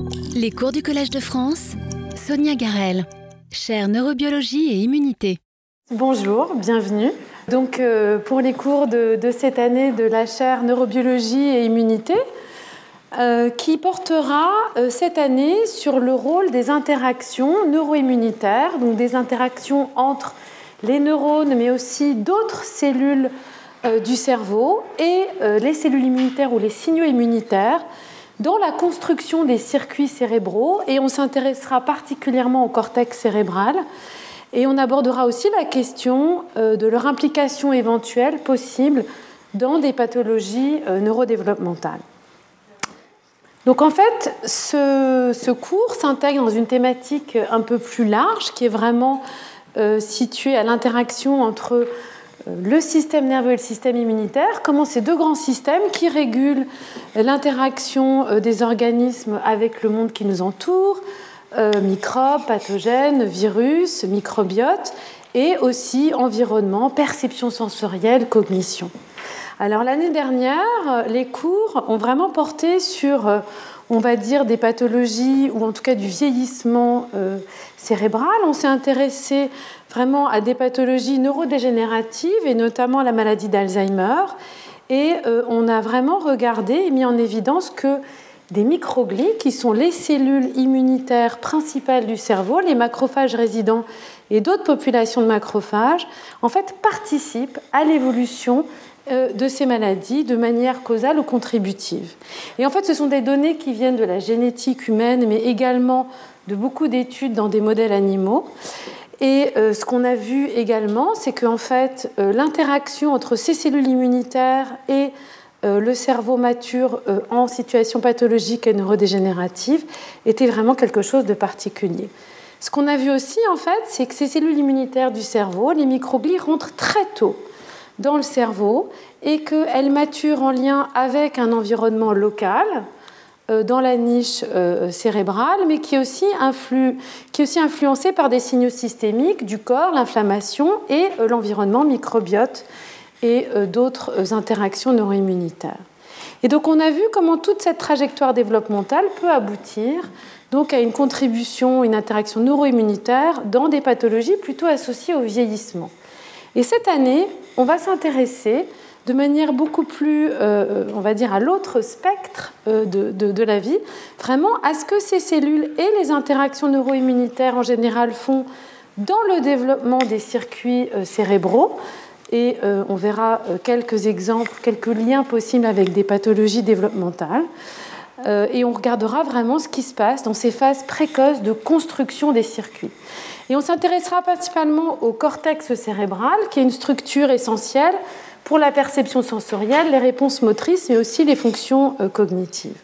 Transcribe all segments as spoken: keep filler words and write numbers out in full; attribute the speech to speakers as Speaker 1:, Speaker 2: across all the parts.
Speaker 1: Les cours du Collège de France, Sonia Garel, chaire neurobiologie et immunité.
Speaker 2: Bonjour, bienvenue. Donc, euh, pour les cours de, de cette année de la chaire neurobiologie et immunité, euh, qui portera euh, cette année sur le rôle des interactions neuro-immunitaires, donc des interactions entre les neurones, mais aussi d'autres cellules euh, du cerveau et euh, les cellules immunitaires ou les signaux immunitaires dans la construction des circuits cérébraux, et on s'intéressera particulièrement au cortex cérébral. Et on abordera aussi la question de leur implication éventuelle possible dans des pathologies neurodéveloppementales. Donc en fait, ce, ce cours s'intègre dans une thématique un peu plus large qui est vraiment euh, située à l'interaction entre le système nerveux et le système immunitaire, comment ces deux grands systèmes qui régulent l'interaction des organismes avec le monde qui nous entoure, Euh, microbes, pathogènes, virus, microbiote, et aussi environnement, perception sensorielle, cognition. Alors l'année dernière, les cours ont vraiment porté sur, on va dire, des pathologies, ou en tout cas du vieillissement euh, cérébral. On s'est intéressé vraiment à des pathologies neurodégénératives, et notamment la maladie d'Alzheimer, et euh, on a vraiment regardé et mis en évidence que des microglies, qui sont les cellules immunitaires principales du cerveau, les macrophages résidents et d'autres populations de macrophages, en fait, participent à l'évolution de ces maladies de manière causale ou contributive. Et en fait, ce sont des données qui viennent de la génétique humaine, mais également de beaucoup d'études dans des modèles animaux. Et euh, ce qu'on a vu également, c'est qu'en fait, euh, l'interaction entre ces cellules immunitaires et le cerveau mature en situation pathologique et neurodégénérative était vraiment quelque chose de particulier. Ce qu'on a vu aussi, en fait, c'est que ces cellules immunitaires du cerveau, les microglies, rentrent très tôt dans le cerveau et qu'elles maturent en lien avec un environnement local dans la niche cérébrale, mais qui est aussi, influ... qui est aussi influencé par des signaux systémiques du corps, l'inflammation et l'environnement microbiote et d'autres interactions neuroimmunitaires. Et donc on a vu comment toute cette trajectoire développementale peut aboutir donc à une contribution, une interaction neuroimmunitaire dans des pathologies plutôt associées au vieillissement. Et cette année, on va s'intéresser de manière beaucoup plus, euh, on va dire, à l'autre spectre euh, de, de, de la vie, vraiment à ce que ces cellules et les interactions neuroimmunitaires en général font dans le développement des circuits euh, cérébraux. Et euh, on verra euh, quelques exemples, quelques liens possibles avec des pathologies développementales. Euh, et on regardera vraiment ce qui se passe dans ces phases précoces de construction des circuits. Et on s'intéressera principalement au cortex cérébral, qui est une structure essentielle pour la perception sensorielle, les réponses motrices, mais aussi les fonctions euh, cognitives.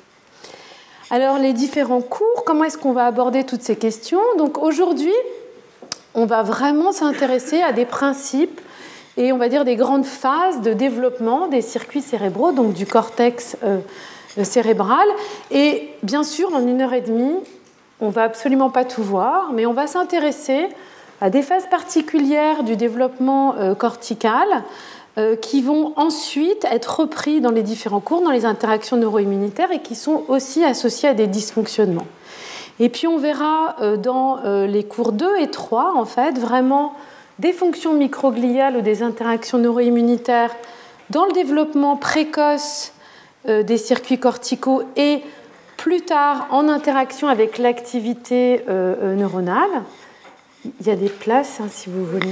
Speaker 2: Alors, les différents cours, comment est-ce qu'on va aborder toutes ces questions ? Donc, aujourd'hui, on va vraiment s'intéresser à des principes et on va dire des grandes phases de développement des circuits cérébraux, donc du cortex euh, cérébral. Et bien sûr, en une heure et demie, on ne va absolument pas tout voir, mais on va s'intéresser à des phases particulières du développement euh, cortical euh, qui vont ensuite être repris dans les différents cours, dans les interactions neuroimmunitaires et qui sont aussi associées à des dysfonctionnements. Et puis on verra euh, dans euh, les cours deux et trois, en fait, vraiment des fonctions microgliales ou des interactions neuroimmunitaires dans le développement précoce euh, des circuits corticaux et plus tard en interaction avec l'activité euh, euh, neuronale. Il y a des places, hein, si vous voulez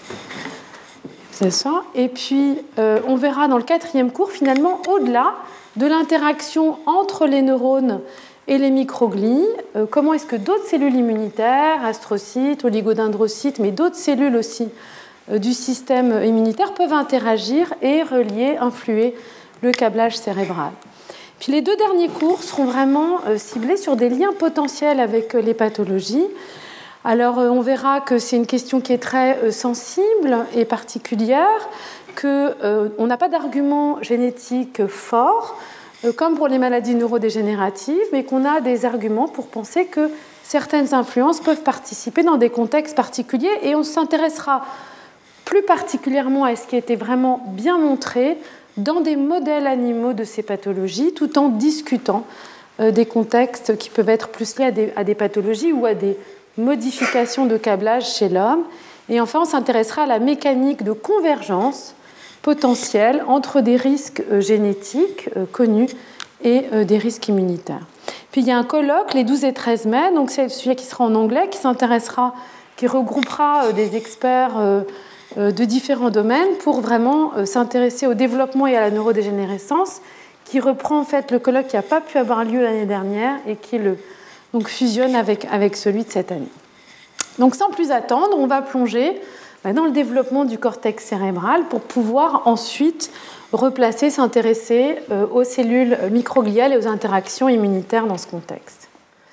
Speaker 2: vous asseoir. Et puis, euh, on verra dans le quatrième cours, finalement, au-delà de l'interaction entre les neurones et les microglies, euh, comment est-ce que d'autres cellules immunitaires, astrocytes, oligodendrocytes, mais d'autres cellules aussi euh, du système immunitaire peuvent interagir et relier, influer le câblage cérébral. Puis les deux derniers cours seront vraiment euh, ciblés sur des liens potentiels avec euh, les pathologies. Alors euh, on verra que c'est une question qui est très euh, sensible et particulière, qu'on euh, n'a pas d'argument génétique fort, comme pour les maladies neurodégénératives, mais qu'on a des arguments pour penser que certaines influences peuvent participer dans des contextes particuliers, et on s'intéressera plus particulièrement à ce qui a été vraiment bien montré dans des modèles animaux de ces pathologies, tout en discutant euh, des contextes qui peuvent être plus liés à des, à des pathologies ou à des modifications de câblage chez l'homme. Et enfin, on s'intéressera à la mécanique de convergence potentielle entre des risques euh, génétiques euh, connus et euh, des risques immunitaires. Puis il y a un colloque les douze et treize mai, donc c'est celui qui sera en anglais, qui s'intéressera, qui regroupera euh, des experts euh, euh, de différents domaines pour vraiment euh, s'intéresser au développement et à la neurodégénérescence, qui reprend en fait le colloque qui n'a pas pu avoir lieu l'année dernière et qui le donc, fusionne avec, avec celui de cette année. Donc sans plus attendre, on va plonger dans le développement du cortex cérébral pour pouvoir ensuite replacer, s'intéresser aux cellules microgliales et aux interactions immunitaires dans ce contexte.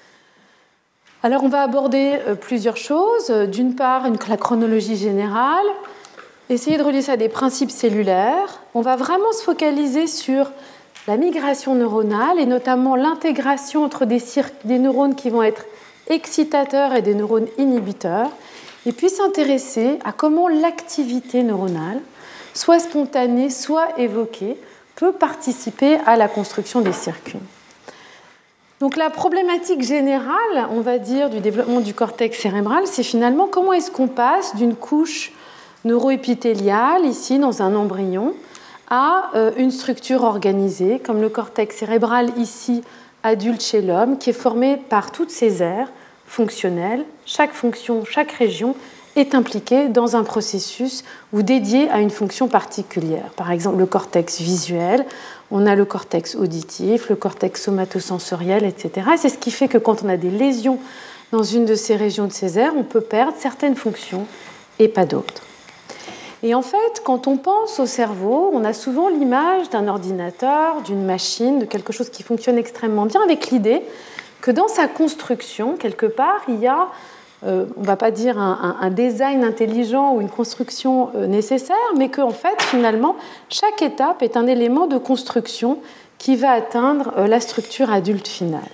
Speaker 2: Alors on va aborder plusieurs choses. D'une part, une, la chronologie générale, essayer de relier ça à des principes cellulaires. On va vraiment se focaliser sur la migration neuronale et notamment l'intégration entre des, des neurones qui vont être excitateurs et des neurones inhibiteurs, et puis s'intéresser à comment l'activité neuronale, soit spontanée, soit évoquée, peut participer à la construction des circuits. Donc la problématique générale, on va dire, du développement du cortex cérébral, c'est finalement comment est-ce qu'on passe d'une couche neuroépithéliale, ici dans un embryon, à une structure organisée, comme le cortex cérébral ici, adulte chez l'homme, qui est formé par toutes ces aires fonctionnelles. Chaque fonction, chaque région est impliquée dans un processus ou dédiée à une fonction particulière. Par exemple, le cortex visuel, on a le cortex auditif, le cortex somatosensoriel, et cetera. C'est ce qui fait que quand on a des lésions dans une de ces régions de ces aires, on peut perdre certaines fonctions et pas d'autres. Et en fait, quand on pense au cerveau, on a souvent l'image d'un ordinateur, d'une machine, de quelque chose qui fonctionne extrêmement bien, avec l'idée que dans sa construction, quelque part, il y a, euh, on ne va pas dire un, un, un design intelligent ou une construction euh, nécessaire, mais qu'en fait, finalement, chaque étape est un élément de construction qui va atteindre euh, la structure adulte finale.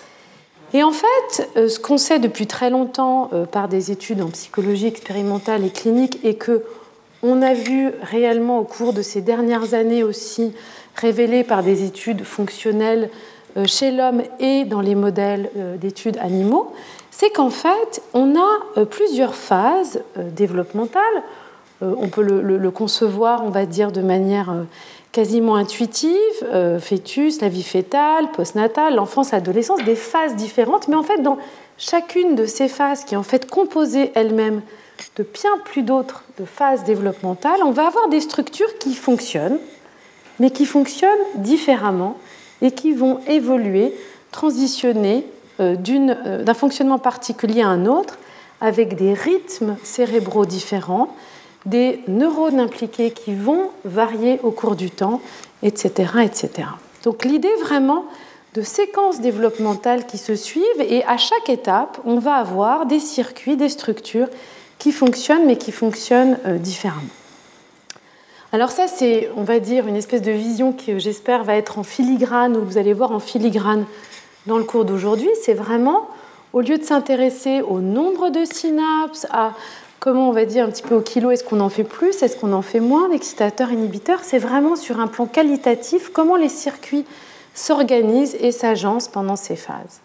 Speaker 2: Et en fait, euh, ce qu'on sait depuis très longtemps euh, par des études en psychologie expérimentale et clinique, est que on a vu réellement au cours de ces dernières années aussi, révélé par des études fonctionnelles chez l'homme et dans les modèles d'études animaux, c'est qu'en fait, on a plusieurs phases développementales. On peut le, le, le concevoir, on va dire, de manière quasiment intuitive, fœtus, la vie fœtale, postnatale, l'enfance, l'adolescence, des phases différentes, mais en fait, dans chacune de ces phases qui est en fait composée elle-même de bien plus d'autres de phases développementales, on va avoir des structures qui fonctionnent, mais qui fonctionnent différemment et qui vont évoluer, transitionner d'une, d'un fonctionnement particulier à un autre, avec des rythmes cérébraux différents, des neurones impliqués qui vont varier au cours du temps, et cetera, et cetera. Donc l'idée vraiment de séquences développementales qui se suivent, et à chaque étape, on va avoir des circuits, des structures qui fonctionnent, mais qui fonctionnent euh, différemment. Alors ça, c'est, on va dire, une espèce de vision qui, j'espère, va être en filigrane, ou vous allez voir en filigrane dans le cours d'aujourd'hui. C'est vraiment, au lieu de s'intéresser au nombre de synapses, à comment, on va dire, un petit peu au kilo, est-ce qu'on en fait plus, est-ce qu'on en fait moins, d'excitateurs, inhibiteurs, c'est vraiment sur un plan qualitatif, comment les circuits s'organisent et s'agencent pendant ces phases.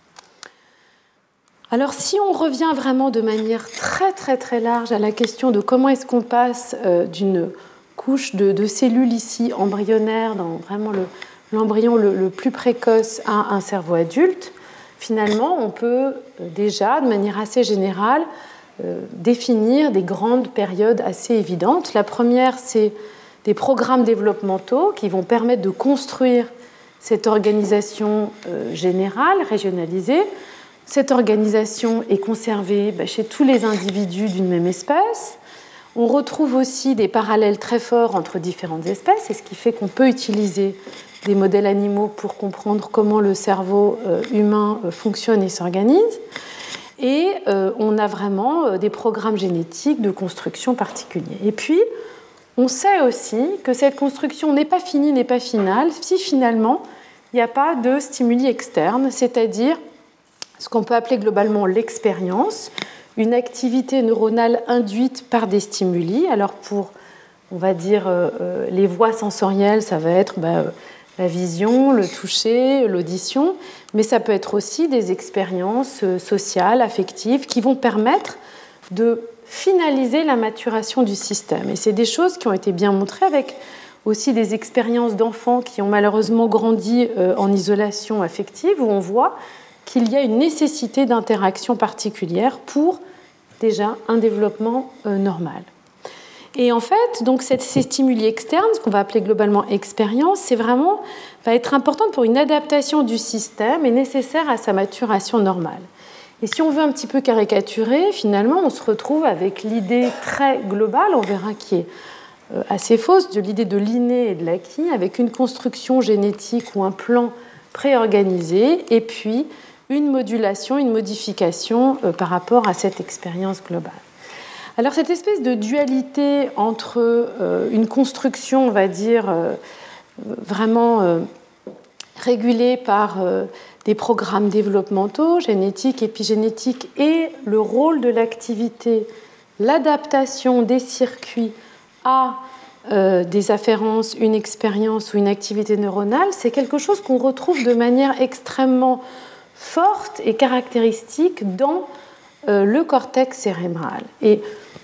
Speaker 2: Alors si on revient vraiment de manière très très très large à la question de comment est-ce qu'on passe euh, d'une couche de, de cellules ici embryonnaires dans vraiment le, l'embryon le, le plus précoce à un cerveau adulte, finalement on peut déjà de manière assez générale euh, définir des grandes périodes assez évidentes. La première, c'est des programmes développementaux qui vont permettre de construire cette organisation euh, générale, régionalisée. Cette organisation est conservée chez tous les individus d'une même espèce. On retrouve aussi des parallèles très forts entre différentes espèces, et ce qui fait qu'on peut utiliser des modèles animaux pour comprendre comment le cerveau humain fonctionne et s'organise. Et on a vraiment des programmes génétiques de construction particuliers. Et puis, on sait aussi que cette construction n'est pas finie, n'est pas finale, si finalement il n'y a pas de stimuli externes, c'est-à-dire ce qu'on peut appeler globalement l'expérience, une activité neuronale induite par des stimuli. Alors pour, on va dire, euh, les voies sensorielles, ça va être bah, la vision, le toucher, l'audition, mais ça peut être aussi des expériences sociales, affectives, qui vont permettre de finaliser la maturation du système. Et c'est des choses qui ont été bien montrées avec aussi des expériences d'enfants qui ont malheureusement grandi en isolation affective, où on voit qu'il y a une nécessité d'interaction particulière pour déjà un développement normal. Et en fait, donc ces stimuli externes, ce qu'on va appeler globalement expérience, c'est vraiment, va être importante pour une adaptation du système et nécessaire à sa maturation normale. Et si on veut un petit peu caricaturer, finalement, on se retrouve avec l'idée très globale, on verra qui est assez fausse, de l'idée de l'inné et de l'acquis, avec une construction génétique ou un plan préorganisé, et puis une modulation, une modification par rapport à cette expérience globale. Alors cette espèce de dualité entre euh, une construction, on va dire, euh, vraiment euh, régulée par euh, des programmes développementaux, génétiques, épigénétiques, et le rôle de l'activité, l'adaptation des circuits à euh, des afférences, une expérience ou une activité neuronale, c'est quelque chose qu'on retrouve de manière extrêmement forte et caractéristique dans euh, le cortex cérébral. Et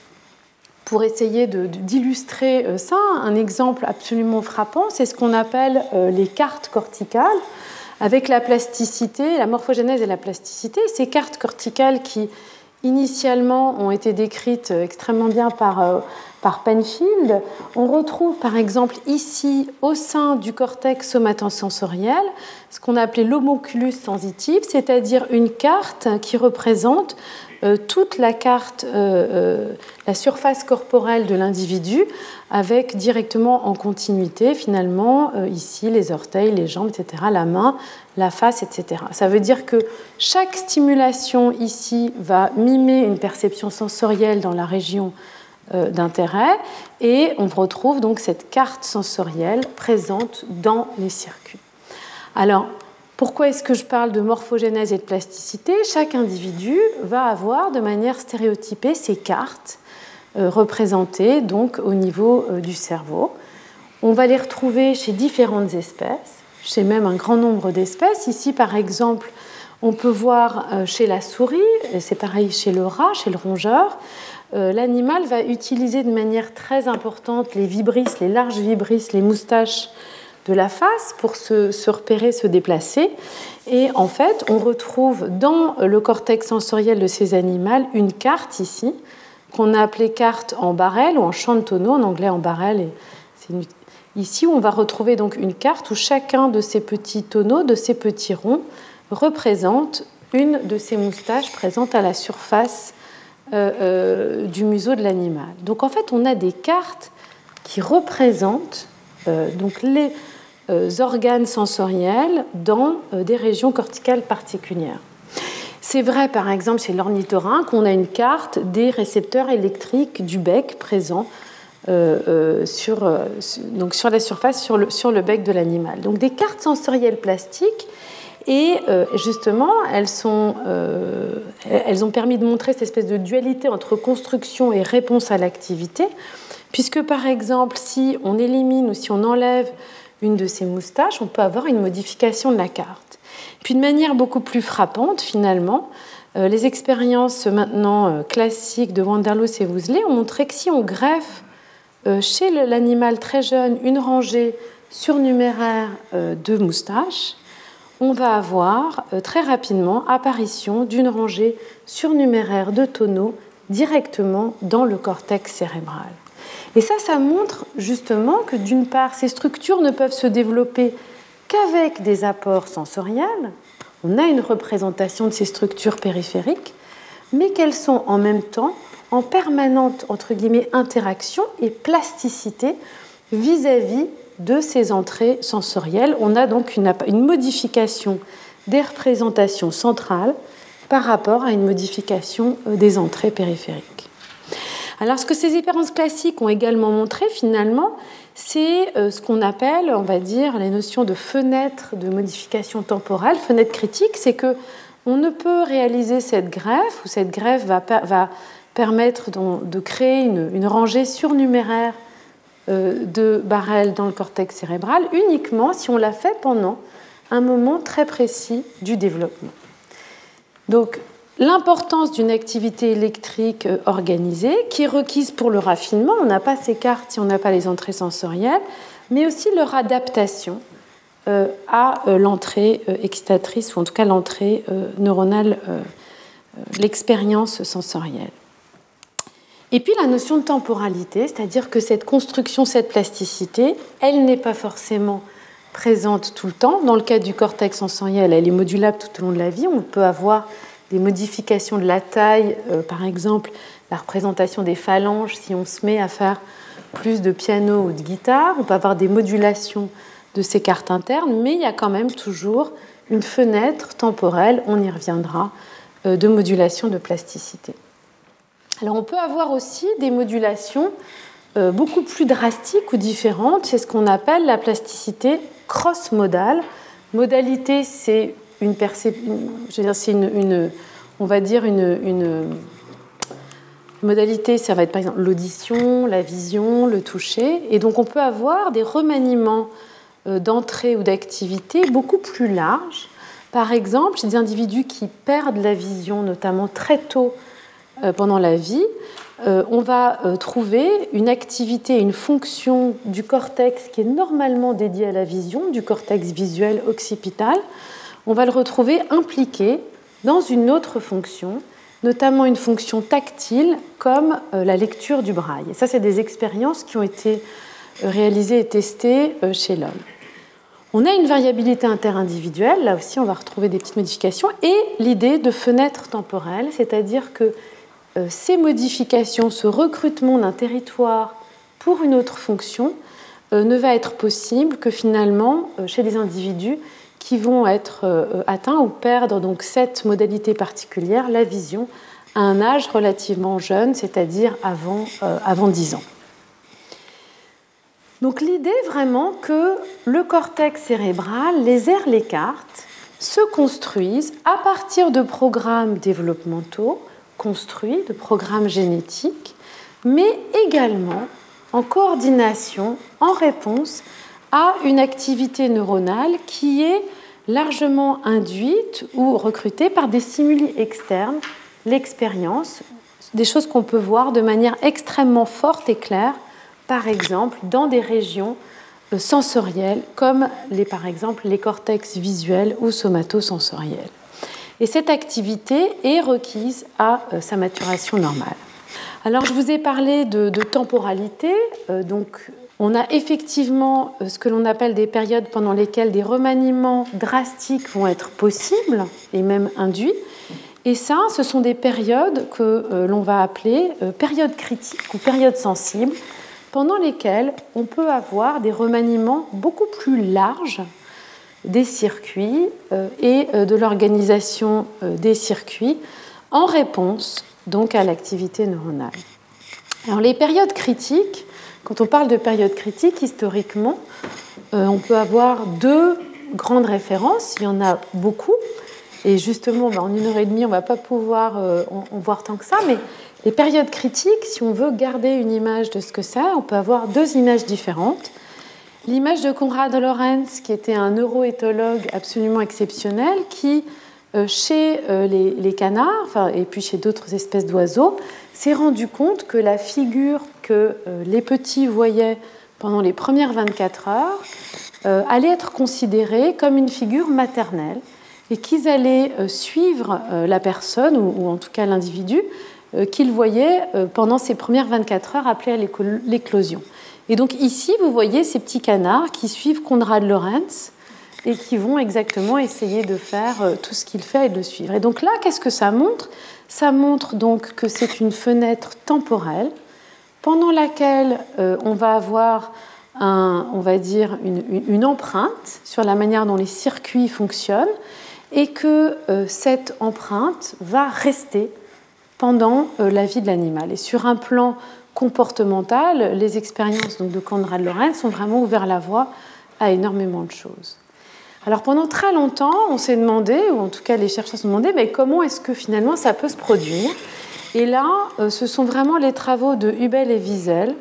Speaker 2: pour essayer de, de, d'illustrer ça, un exemple absolument frappant, c'est ce qu'on appelle euh, les cartes corticales, avec la plasticité, la morphogénèse et la plasticité. Ces cartes corticales qui, initialement, ont été décrites extrêmement bien par, euh, par Penfield, on retrouve par exemple ici, au sein du cortex somatosensoriel, ce qu'on a appelé l'homunculus sensitif, c'est-à-dire une carte qui représente euh, toute la carte, euh, euh, la surface corporelle de l'individu, avec directement en continuité, finalement, euh, ici, les orteils, les jambes, et cetera, la main, la face, et cetera. Ça veut dire que chaque stimulation ici va mimer une perception sensorielle dans la région euh, d'intérêt, et on retrouve donc cette carte sensorielle présente dans les circuits. Alors, pourquoi est-ce que je parle de morphogénèse et de plasticité ? Chaque individu va avoir de manière stéréotypée ces cartes euh, représentées donc, au niveau euh, du cerveau. On va les retrouver chez différentes espèces, chez même un grand nombre d'espèces. Ici, par exemple, on peut voir euh, chez la souris, et c'est pareil chez le rat, chez le rongeur, euh, l'animal va utiliser de manière très importante les vibrisses, les larges vibrisses, les moustaches de la face pour se, se repérer, se déplacer. Et en fait, on retrouve dans le cortex sensoriel de ces animaux une carte ici, qu'on a appelée carte en Barrel ou en champ de tonneau, en anglais en Barrel. Et c'est une... Ici, on va retrouver donc une carte où chacun de ces petits tonneaux, de ces petits ronds, représente une de ces moustaches présentes à la surface euh, euh, du museau de l'animal. Donc en fait, on a des cartes qui représentent euh, donc les euh, organes sensoriels dans euh, des régions corticales particulières. C'est vrai, par exemple, chez l'ornithorynque, qu'on a une carte des récepteurs électriques du bec présents euh, euh, sur, euh, donc sur la surface, sur le, sur le bec de l'animal. Donc des cartes sensorielles plastiques, et euh, justement, elles, sont, euh, elles ont permis de montrer cette espèce de dualité entre construction et réponse à l'activité, puisque, par exemple, si on élimine ou si on enlève une de ces moustaches, on peut avoir une modification de la carte. Puis de manière beaucoup plus frappante, finalement, euh, les expériences maintenant euh, classiques de Wanderlust et Woozley ont montré que si on greffe euh, chez le, l'animal très jeune une rangée surnuméraire euh, de moustaches, on va avoir euh, très rapidement apparition d'une rangée surnuméraire de tonneaux directement dans le cortex cérébral. Et ça, ça montre justement que d'une part, ces structures ne peuvent se développer qu'avec des apports sensoriels. On a une représentation de ces structures périphériques, mais qu'elles sont en même temps en permanente, entre guillemets, interaction et plasticité vis-à-vis de ces entrées sensorielles. On a donc une, une modification des représentations centrales par rapport à une modification des entrées périphériques. Alors, ce que ces expériences classiques ont également montré, finalement, c'est ce qu'on appelle, on va dire, les notions de fenêtre de modification temporelle, fenêtre critique, c'est qu'on ne peut réaliser cette greffe, ou cette greffe va, va permettre de créer une, une rangée surnuméraire euh, de Barrel dans le cortex cérébral uniquement si on l'a fait pendant un moment très précis du développement. Donc, l'importance d'une activité électrique organisée qui est requise pour le raffinement, on n'a pas ces cartes si on n'a pas les entrées sensorielles, mais aussi leur adaptation euh, à euh, l'entrée euh, excitatrice, ou en tout cas l'entrée euh, neuronale, euh, euh, l'expérience sensorielle. Et puis la notion de temporalité, c'est-à-dire que cette construction, cette plasticité, elle n'est pas forcément présente tout le temps. Dans le cas du cortex sensoriel, elle est modulable tout au long de la vie. On peut avoir des modifications de la taille, euh, par exemple la représentation des phalanges si on se met à faire plus de piano ou de guitare. On peut avoir des modulations de ces cartes internes, mais il y a quand même toujours une fenêtre temporelle, on y reviendra, euh, de modulation de plasticité. Alors on peut avoir aussi des modulations euh, beaucoup plus drastiques ou différentes. C'est ce qu'on appelle la plasticité cross-modale. Modalité, c'est une perception, je veux dire, c'est une, une, on va dire une, une modalité, ça va être par exemple l'audition, la vision, le toucher. Et donc on peut avoir des remaniements euh, d'entrée ou d'activité beaucoup plus larges. Par exemple, chez des individus qui perdent la vision, notamment très tôt pendant la vie, euh, on va euh, trouver une activité, une fonction du cortex qui est normalement dédiée à la vision, du cortex visuel occipital. On va le retrouver impliqué dans une autre fonction, notamment une fonction tactile comme euh, la lecture du braille. Et ça, c'est des expériences qui ont été euh, réalisées et testées euh, chez l'homme. On a une variabilité interindividuelle, là aussi on va retrouver des petites modifications, et l'idée de fenêtre temporelle, c'est-à-dire que euh, ces modifications, ce recrutement d'un territoire pour une autre fonction euh, ne va être possible que finalement euh, chez des individus qui vont être euh, atteints ou perdre donc cette modalité particulière, la vision, à un âge relativement jeune, c'est-à-dire avant, euh, avant dix ans. Donc l'idée vraiment que le cortex cérébral, les aires, les cartes, se construisent à partir de programmes développementaux construits, de programmes génétiques, mais également en coordination, en réponse à une activité neuronale qui est largement induite ou recrutée par des stimuli externes, l'expérience, des choses qu'on peut voir de manière extrêmement forte et claire, par exemple dans des régions sensorielles comme les, par exemple les cortex visuels ou somatosensoriels. Et cette activité est requise à euh, sa maturation normale. Alors je vous ai parlé de, de temporalité, euh, donc on a effectivement euh, ce que l'on appelle des périodes pendant lesquelles des remaniements drastiques vont être possibles et même induits. Et ça, ce sont des périodes que euh, l'on va appeler euh, périodes critiques ou périodes sensibles, pendant lesquelles on peut avoir des remaniements beaucoup plus larges des circuits euh, et euh, de l'organisation euh, des circuits en réponse donc à l'activité neuronale. Alors les périodes critiques, quand on parle de périodes critiques, historiquement, euh, on peut avoir deux grandes références, il y en a beaucoup, et justement ben, en une heure et demie on ne va pas pouvoir euh, en, en voir tant que ça, mais les périodes critiques, si on veut garder une image de ce que c'est, on peut avoir deux images différentes. L'image de Konrad Lorenz, qui était un neuroéthologue absolument exceptionnel, qui, euh, chez euh, les, les canards, enfin, et puis chez d'autres espèces d'oiseaux, s'est rendu compte que la figure que euh, les petits voyaient pendant les premières vingt-quatre heures euh, allait être considérée comme une figure maternelle et qu'ils allaient euh, suivre euh, la personne, ou, ou en tout cas l'individu, euh, qu'ils voyaient euh, pendant ces premières vingt-quatre heures appelées à l'éclosion. Et donc ici, vous voyez ces petits canards qui suivent Konrad Lorenz et qui vont exactement essayer de faire tout ce qu'il fait et de le suivre. Et donc là, qu'est-ce que ça montre ? Ça montre donc que c'est une fenêtre temporelle pendant laquelle euh, on va avoir un, on va dire une, une empreinte sur la manière dont les circuits fonctionnent et que euh, cette empreinte va rester pendant euh, la vie de l'animal. Et sur un plan comportementale, les expériences donc, de Konrad Lorenz ont vraiment ouvert la voie à énormément de choses. Alors pendant très longtemps, on s'est demandé, ou en tout cas les chercheurs se sont demandé, mais comment est-ce que finalement ça peut se produire ? Et là, ce sont vraiment les travaux de Hubel et Wiesel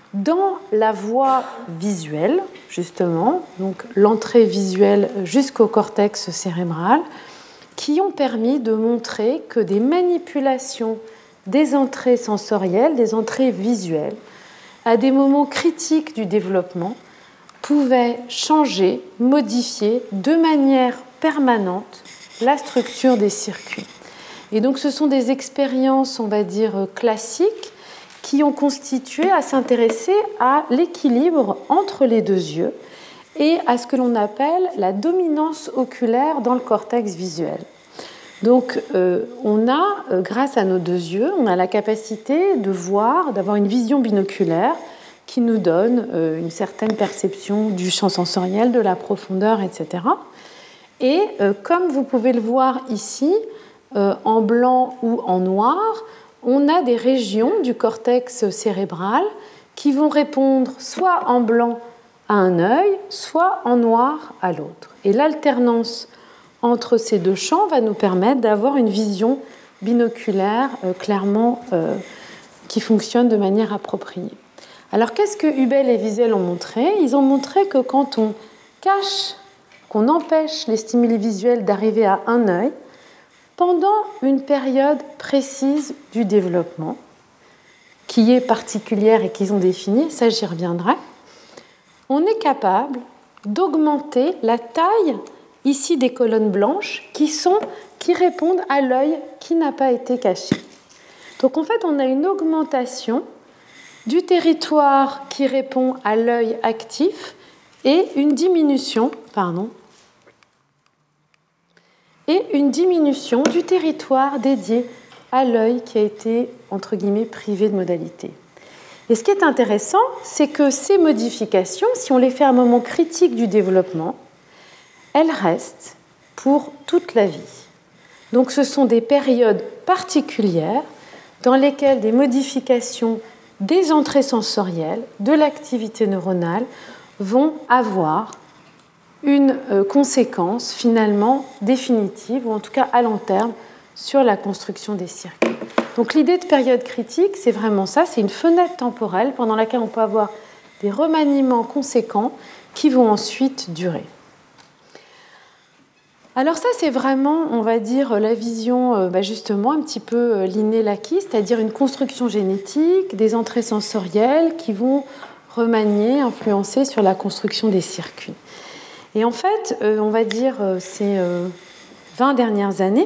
Speaker 2: dans la voie visuelle, justement, donc l'entrée visuelle jusqu'au cortex cérébral, qui ont permis de montrer que des manipulations des entrées sensorielles, des entrées visuelles, à des moments critiques du développement, pouvaient changer, modifier de manière permanente la structure des circuits. Et donc ce sont des expériences, on va dire, classiques qui ont constitué à s'intéresser à l'équilibre entre les deux yeux et à ce que l'on appelle la dominance oculaire dans le cortex visuel. Donc euh, on a, euh, grâce à nos deux yeux, on a la capacité de voir, d'avoir une vision binoculaire qui nous donne euh, une certaine perception du champ sensoriel, de la profondeur, et cetera. Et euh, comme vous pouvez le voir ici, euh, en blanc ou en noir, on a des régions du cortex cérébral qui vont répondre soit en blanc à un œil, soit en noir à l'autre. Et l'alternance entre ces deux champs va nous permettre d'avoir une vision binoculaire euh, clairement euh, qui fonctionne de manière appropriée. Alors qu'est-ce que Hubel et Wiesel ont montré ? Ils ont montré que quand on cache, qu'on empêche les stimuli visuels d'arriver à un œil, pendant une période précise du développement, qui est particulière et qu'ils ont définie, ça j'y reviendrai, on est capable d'augmenter la taille ici des colonnes blanches qui, sont, qui répondent à l'œil qui n'a pas été caché. Donc en fait, on a une augmentation du territoire qui répond à l'œil actif et une diminution, pardon, et une diminution du territoire dédié à l'œil qui a été, entre guillemets, privé de modalité. Et ce qui est intéressant, c'est que ces modifications, si on les fait à un moment critique du développement, elles restent pour toute la vie. Donc ce sont des périodes particulières dans lesquelles des modifications des entrées sensorielles, de l'activité neuronale, vont avoir une conséquence finalement définitive, ou en tout cas à long terme, sur la construction des circuits. Donc l'idée de période critique, c'est vraiment ça, c'est une fenêtre temporelle pendant laquelle on peut avoir des remaniements conséquents qui vont ensuite durer. Alors ça, c'est vraiment, on va dire, la vision bah justement un petit peu Linné-Lachy, c'est-à-dire une construction génétique, des entrées sensorielles qui vont remanier, influencer sur la construction des circuits. Et en fait, on va dire ces vingt dernières années,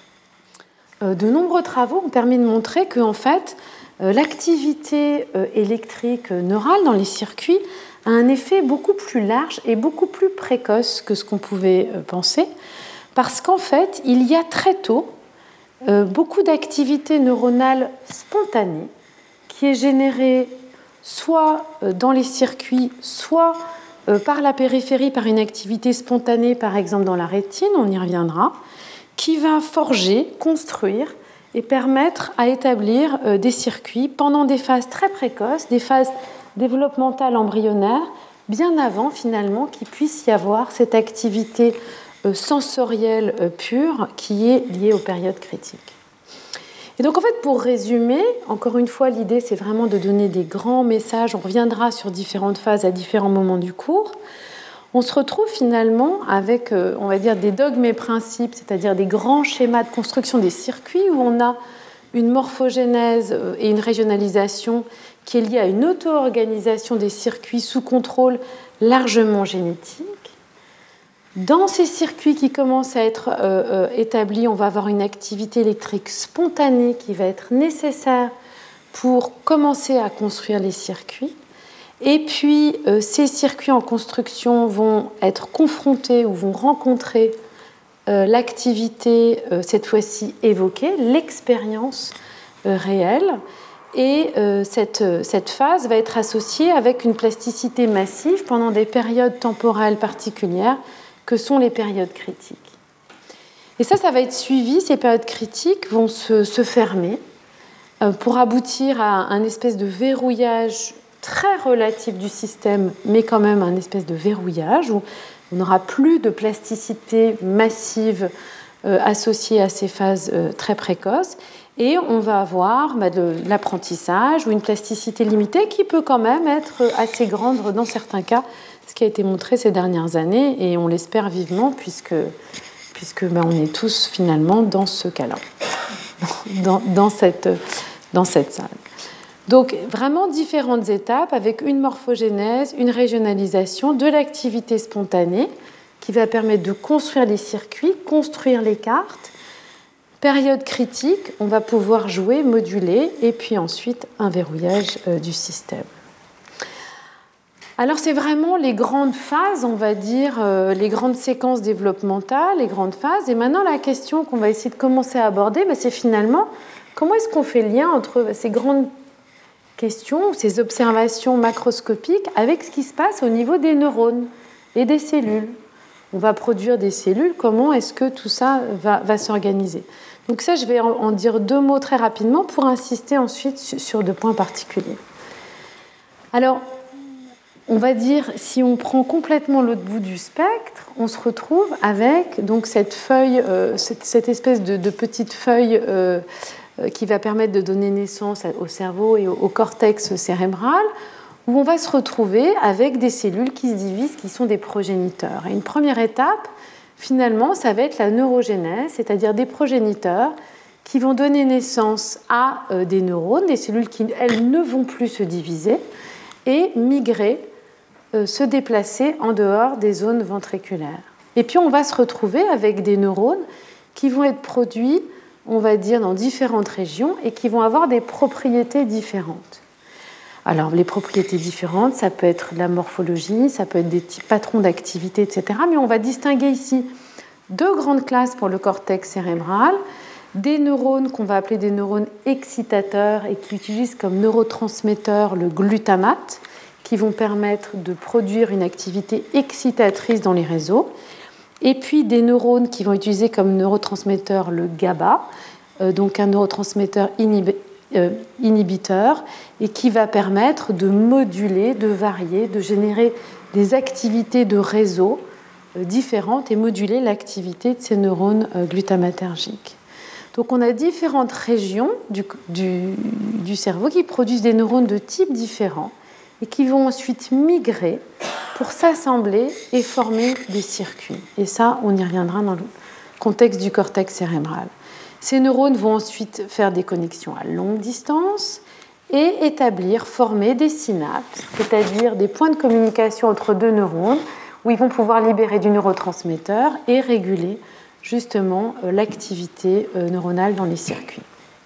Speaker 2: de nombreux travaux ont permis de montrer que en fait, l'activité électrique neurale dans les circuits a un effet beaucoup plus large et beaucoup plus précoce que ce qu'on pouvait penser, parce qu'en fait, il y a très tôt beaucoup d'activité neuronale spontanée qui est générée soit dans les circuits, soit par la périphérie, par une activité spontanée, par exemple dans la rétine, on y reviendra, qui va forger, construire et permettre à établir des circuits pendant des phases très précoces, des phases développementales embryonnaires, bien avant finalement qu'il puisse y avoir cette activité sensorielle pure qui est liée aux périodes critiques. Et donc en fait, pour résumer, encore une fois, l'idée c'est vraiment de donner des grands messages, on reviendra sur différentes phases à différents moments du cours. On se retrouve finalement avec, on va dire, des dogmes et principes, c'est-à-dire des grands schémas de construction des circuits où on a une morphogénèse et une régionalisation qui est liée à une auto-organisation des circuits sous contrôle largement génétique. Dans ces circuits qui commencent à être euh, établis, on va avoir une activité électrique spontanée qui va être nécessaire pour commencer à construire les circuits. Et puis, euh, ces circuits en construction vont être confrontés ou vont rencontrer euh, l'activité, euh, cette fois-ci évoquée, l'expérience euh, réelle. Et euh, cette, cette phase va être associée avec une plasticité massive pendant des périodes temporelles particulières que sont les périodes critiques. Et ça, ça va être suivi, ces périodes critiques vont se, se fermer euh, pour aboutir à un espèce de verrouillage très relatif du système, mais quand même un espèce de verrouillage où on n'aura plus de plasticité massive euh, associées à ces phases euh, très précoces. Et on va avoir bah, de l'apprentissage ou une plasticité limitée qui peut quand même être assez grande dans certains cas, ce qui a été montré ces dernières années, et on l'espère vivement puisque, puisque bah, on est tous finalement dans ce cas-là, dans, dans, cette, dans cette salle. Donc vraiment différentes étapes avec une morphogénèse, une régionalisation de l'activité spontanée qui va permettre de construire les circuits, construire les cartes. Période critique, on va pouvoir jouer, moduler, et puis ensuite un verrouillage euh, du système. Alors c'est vraiment les grandes phases, on va dire, euh, les grandes séquences développementales, les grandes phases. Et maintenant la question qu'on va essayer de commencer à aborder, ben, c'est finalement comment est-ce qu'on fait le lien entre ces grandes questions, ces observations macroscopiques avec ce qui se passe au niveau des neurones et des cellules. On va produire des cellules, comment est-ce que tout ça va, va s'organiser? Donc ça, je vais en dire deux mots très rapidement pour insister ensuite sur deux points particuliers. Alors, on va dire, si on prend complètement l'autre bout du spectre, on se retrouve avec donc, cette feuille, euh, cette, cette espèce de, de petite feuille euh, qui va permettre de donner naissance au cerveau et au, au cortex cérébral, où on va se retrouver avec des cellules qui se divisent, qui sont des progéniteurs. Et une première étape, finalement, ça va être la neurogénèse, c'est-à-dire des progéniteurs qui vont donner naissance à euh, des neurones, des cellules qui, elles, ne vont plus se diviser et migrer, euh, se déplacer en dehors des zones ventriculaires. Et puis, on va se retrouver avec des neurones qui vont être produits, on va dire, dans différentes régions et qui vont avoir des propriétés différentes. Alors, les propriétés différentes, ça peut être la morphologie, ça peut être des types patrons d'activité, et cetera. Mais on va distinguer ici deux grandes classes pour le cortex cérébral, des neurones qu'on va appeler des neurones excitateurs et qui utilisent comme neurotransmetteur le glutamate, qui vont permettre de produire une activité excitatrice dans les réseaux, et puis des neurones qui vont utiliser comme neurotransmetteur le GABA, euh, donc un neurotransmetteur inhibé Euh, inhibiteur et qui va permettre de moduler, de varier, de générer des activités de réseau euh, différentes et moduler l'activité de ces neurones euh, glutamatergiques. Donc on a différentes régions du, du, du cerveau qui produisent des neurones de types différents et qui vont ensuite migrer pour s'assembler et former des circuits. Et ça, on y reviendra dans le contexte du cortex cérébral. Ces neurones vont ensuite faire des connexions à longue distance et établir, former des synapses, c'est-à-dire des points de communication entre deux neurones où ils vont pouvoir libérer du neurotransmetteur et réguler justement l'activité neuronale dans les circuits.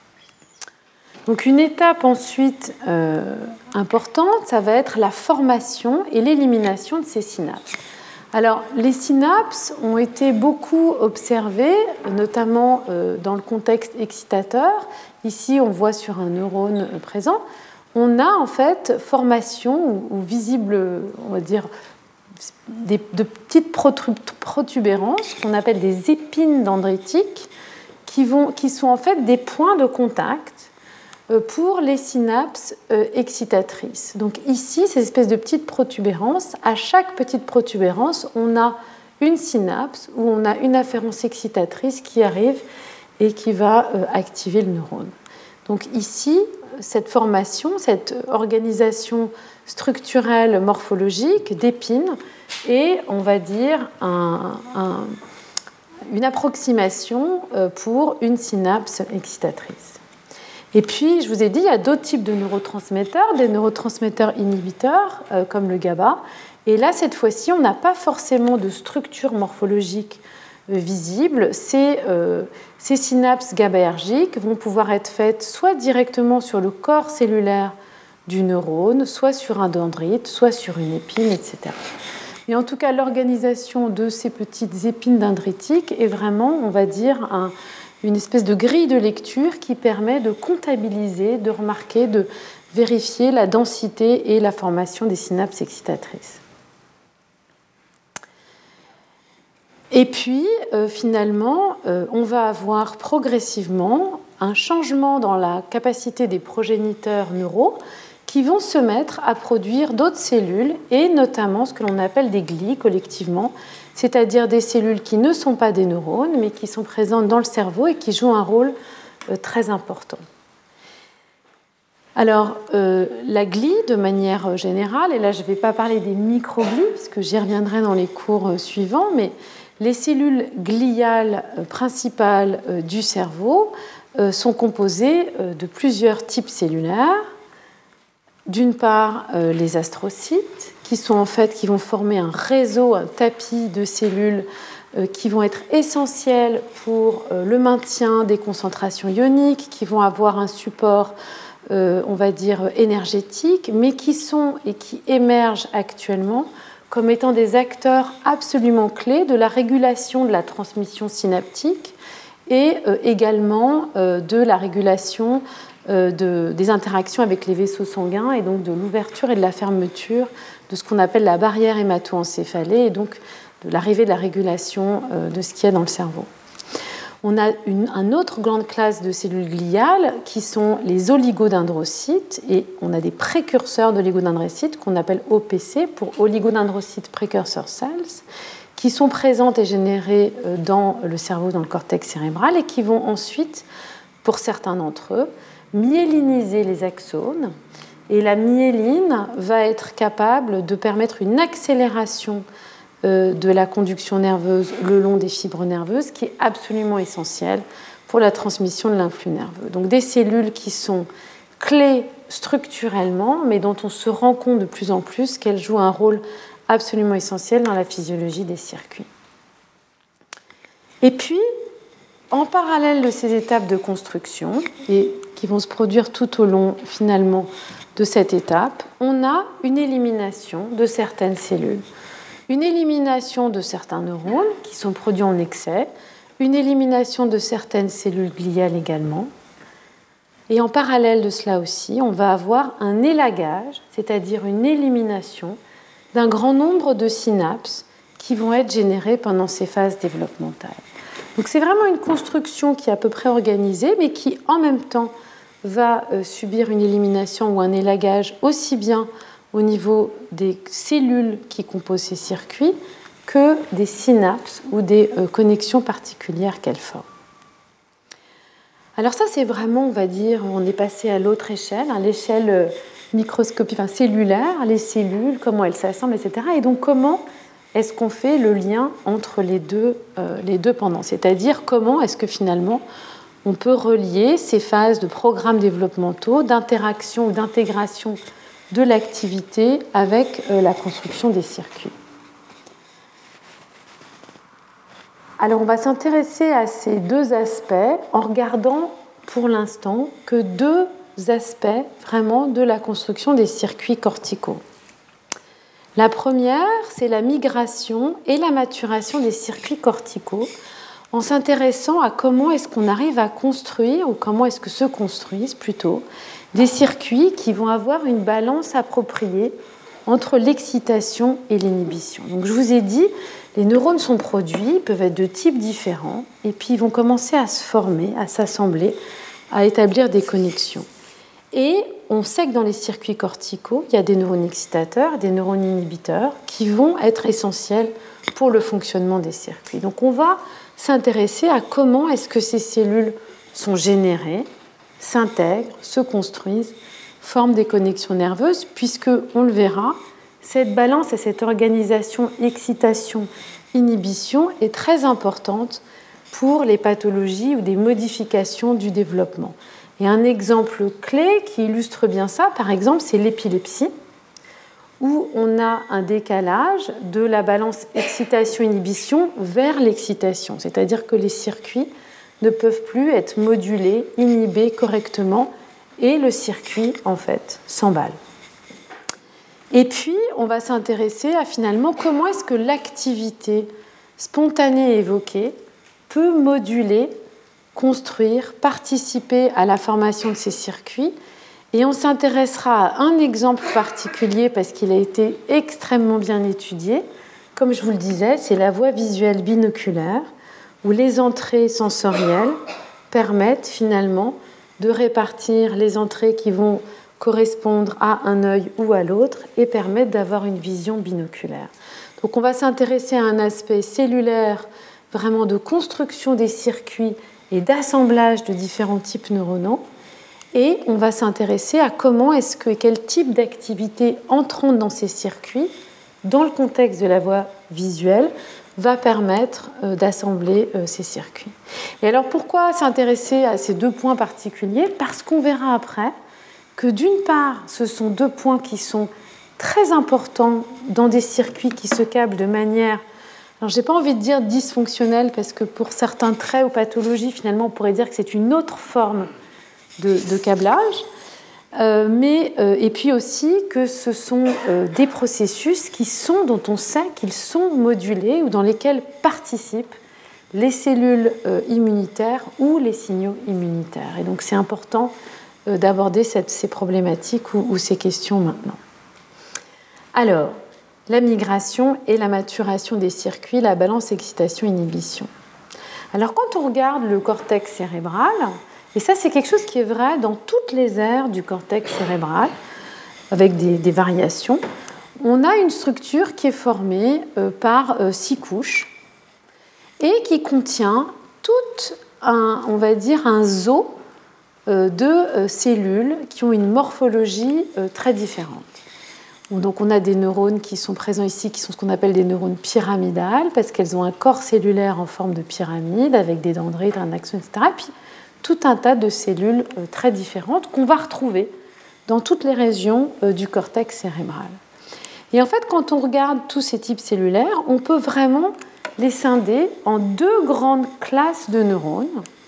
Speaker 2: Donc une étape ensuite euh, importante, ça va être la formation et l'élimination de ces synapses. Alors, les synapses ont été beaucoup observées, notamment dans le contexte excitateur. Ici, on voit sur un neurone présent, on a en fait formation ou visible, on va dire, des, de petites protubérances qu'on appelle des épines dendritiques, qui, vont, qui sont en fait des points de contact pour les synapses excitatrices. Donc ici, ces espèces de petites protubérances, à chaque petite protubérance, on a une synapse où on a une afférence excitatrice qui arrive et qui va activer le neurone. Donc ici, cette formation, cette organisation structurelle morphologique d'épines est, on va dire, un, un, une approximation pour une synapse excitatrice. Et puis, je vous ai dit, il y a d'autres types de neurotransmetteurs, des neurotransmetteurs inhibiteurs, euh, comme le GABA. Et là, cette fois-ci, on n'a pas forcément de structure morphologique euh, visible. Ces, euh, ces synapses GABAergiques vont pouvoir être faites soit directement sur le corps cellulaire du neurone, soit sur un dendrite, soit sur une épine, et cetera. Et en tout cas, l'organisation de ces petites épines dendritiques est vraiment, on va dire, un... une espèce de grille de lecture qui permet de comptabiliser, de remarquer, de vérifier la densité et la formation des synapses excitatrices. Et puis, euh, finalement, euh, on va avoir progressivement un changement dans la capacité des progéniteurs neuraux qui vont se mettre à produire d'autres cellules, et notamment ce que l'on appelle des glies collectivement, c'est-à-dire des cellules qui ne sont pas des neurones, mais qui sont présentes dans le cerveau et qui jouent un rôle euh, très important. Alors, euh, la glie, de manière générale, et là je ne vais pas parler des microglies, puisque j'y reviendrai dans les cours euh, suivants, mais les cellules gliales euh, principales euh, du cerveau euh, sont composées euh, de plusieurs types cellulaires. D'une part, euh, les astrocytes, qui sont en fait, qui vont former un réseau, un tapis de cellules euh, qui vont être essentielles pour euh, le maintien des concentrations ioniques, qui vont avoir un support Euh, on va dire énergétiques, mais qui sont et qui émergent actuellement comme étant des acteurs absolument clés de la régulation de la transmission synaptique et euh, également euh, de la régulation euh, de, des interactions avec les vaisseaux sanguins et donc de l'ouverture et de la fermeture de ce qu'on appelle la barrière hémato-encéphalée et donc de l'arrivée de la régulation euh, de ce qu'il y a dans le cerveau. On a une, une autre grande classe de cellules gliales qui sont les oligodendrocytes, et on a des précurseurs d'oligodendrocytes qu'on appelle O P C pour oligodendrocytes precursor cells, qui sont présentes et générées dans le cerveau, dans le cortex cérébral, et qui vont ensuite, pour certains d'entre eux, myéliniser les axones. Et la myéline va être capable de permettre une accélération de la conduction nerveuse le long des fibres nerveuses, qui est absolument essentielle pour la transmission de l'influx nerveux. Donc des cellules qui sont clés structurellement, mais dont on se rend compte de plus en plus qu'elles jouent un rôle absolument essentiel dans la physiologie des circuits. Et puis, en parallèle de ces étapes de construction, et qui vont se produire tout au long finalement de cette étape, on a une élimination de certaines cellules. Une élimination de certains neurones qui sont produits en excès, une élimination de certaines cellules gliales également. Et en parallèle de cela aussi, on va avoir un élagage, c'est-à-dire une élimination d'un grand nombre de synapses qui vont être générées pendant ces phases développementales. Donc c'est vraiment une construction qui est à peu près organisée, mais qui en même temps va subir une élimination ou un élagage aussi bien au niveau des cellules qui composent ces circuits que des synapses ou des connexions particulières qu'elles forment. Alors ça, c'est vraiment, on va dire, on est passé à l'autre échelle, à l'échelle microscopique, enfin cellulaire, les cellules, comment elles s'assemblent, et cetera. Et donc, comment est-ce qu'on fait le lien entre les deux, euh, les deux pendants ? C'est-à-dire, comment est-ce que finalement, on peut relier ces phases de programmes développementaux, d'interaction ou d'intégration de l'activité avec la construction des circuits. Alors on va s'intéresser à ces deux aspects en regardant pour l'instant que deux aspects vraiment de la construction des circuits corticaux. La première, c'est la migration et la maturation des circuits corticaux en s'intéressant à comment est-ce qu'on arrive à construire, ou comment est-ce que se construisent plutôt, des circuits qui vont avoir une balance appropriée entre l'excitation et l'inhibition. Donc je vous ai dit, les neurones sont produits, peuvent être de types différents, et puis ils vont commencer à se former, à s'assembler, à établir des connexions. Et on sait que dans les circuits corticaux, il y a des neurones excitateurs, des neurones inhibiteurs, qui vont être essentiels pour le fonctionnement des circuits. Donc on va s'intéresser à comment est-ce que ces cellules sont générées, s'intègrent, se construisent, forment des connexions nerveuses, puisque, on le verra, cette balance et cette organisation excitation-inhibition est très importante pour les pathologies ou des modifications du développement. Et un exemple clé qui illustre bien ça, par exemple, c'est l'épilepsie, où on a un décalage de la balance excitation-inhibition vers l'excitation, c'est-à-dire que les circuits ne peuvent plus être modulés, inhibés correctement, et le circuit, en fait, s'emballe. Et puis, on va s'intéresser à finalement comment est-ce que l'activité spontanée évoquée peut moduler, construire, participer à la formation de ces circuits. Et on s'intéressera à un exemple particulier parce qu'il a été extrêmement bien étudié. Comme je vous le disais, c'est la voie visuelle binoculaire, où les entrées sensorielles permettent finalement de répartir les entrées qui vont correspondre à un œil ou à l'autre et permettre d'avoir une vision binoculaire. Donc on va s'intéresser à un aspect cellulaire, vraiment de construction des circuits et d'assemblage de différents types neuronaux. Et on va s'intéresser à comment est-ce que, quel type d'activité entrant dans ces circuits, dans le contexte de la voie visuelle, va permettre euh, d'assembler euh, ces circuits. Et alors pourquoi s'intéresser à ces deux points particuliers? Parce qu'on verra après que d'une part, ce sont deux points qui sont très importants dans des circuits qui se câblent de manière, alors je n'ai pas envie de dire dysfonctionnelle, parce que pour certains traits ou pathologies, finalement, on pourrait dire que c'est une autre forme de, de câblage, euh, mais, euh, et puis aussi que ce sont euh, des processus qui sont, dont on sait qu'ils sont modulés ou dans lesquels participent les cellules euh, immunitaires ou les signaux immunitaires. Et donc c'est important euh, d'aborder cette, ces problématiques ou, ou ces questions maintenant. Alors, la migration et la maturation des circuits, la balance excitation-inhibition. Alors quand on regarde le cortex cérébral, et ça, c'est quelque chose qui est vrai dans toutes les aires du cortex cérébral, avec des, des variations. On a une structure qui est formée euh, par euh, six couches et qui contient tout un, on va dire, un zoo euh, de euh, cellules qui ont une morphologie euh, très différente. Donc, on a des neurones qui sont présents ici, qui sont ce qu'on appelle des neurones pyramidales, parce qu'elles ont un corps cellulaire en forme de pyramide, avec des dendrites, un axone, et cetera. Et puis, tout un tas de cellules très différentes qu'on va retrouver dans toutes les régions du cortex cérébral. Et en fait, quand on regarde tous ces types cellulaires, on peut vraiment les scinder en deux grandes classes de neurones.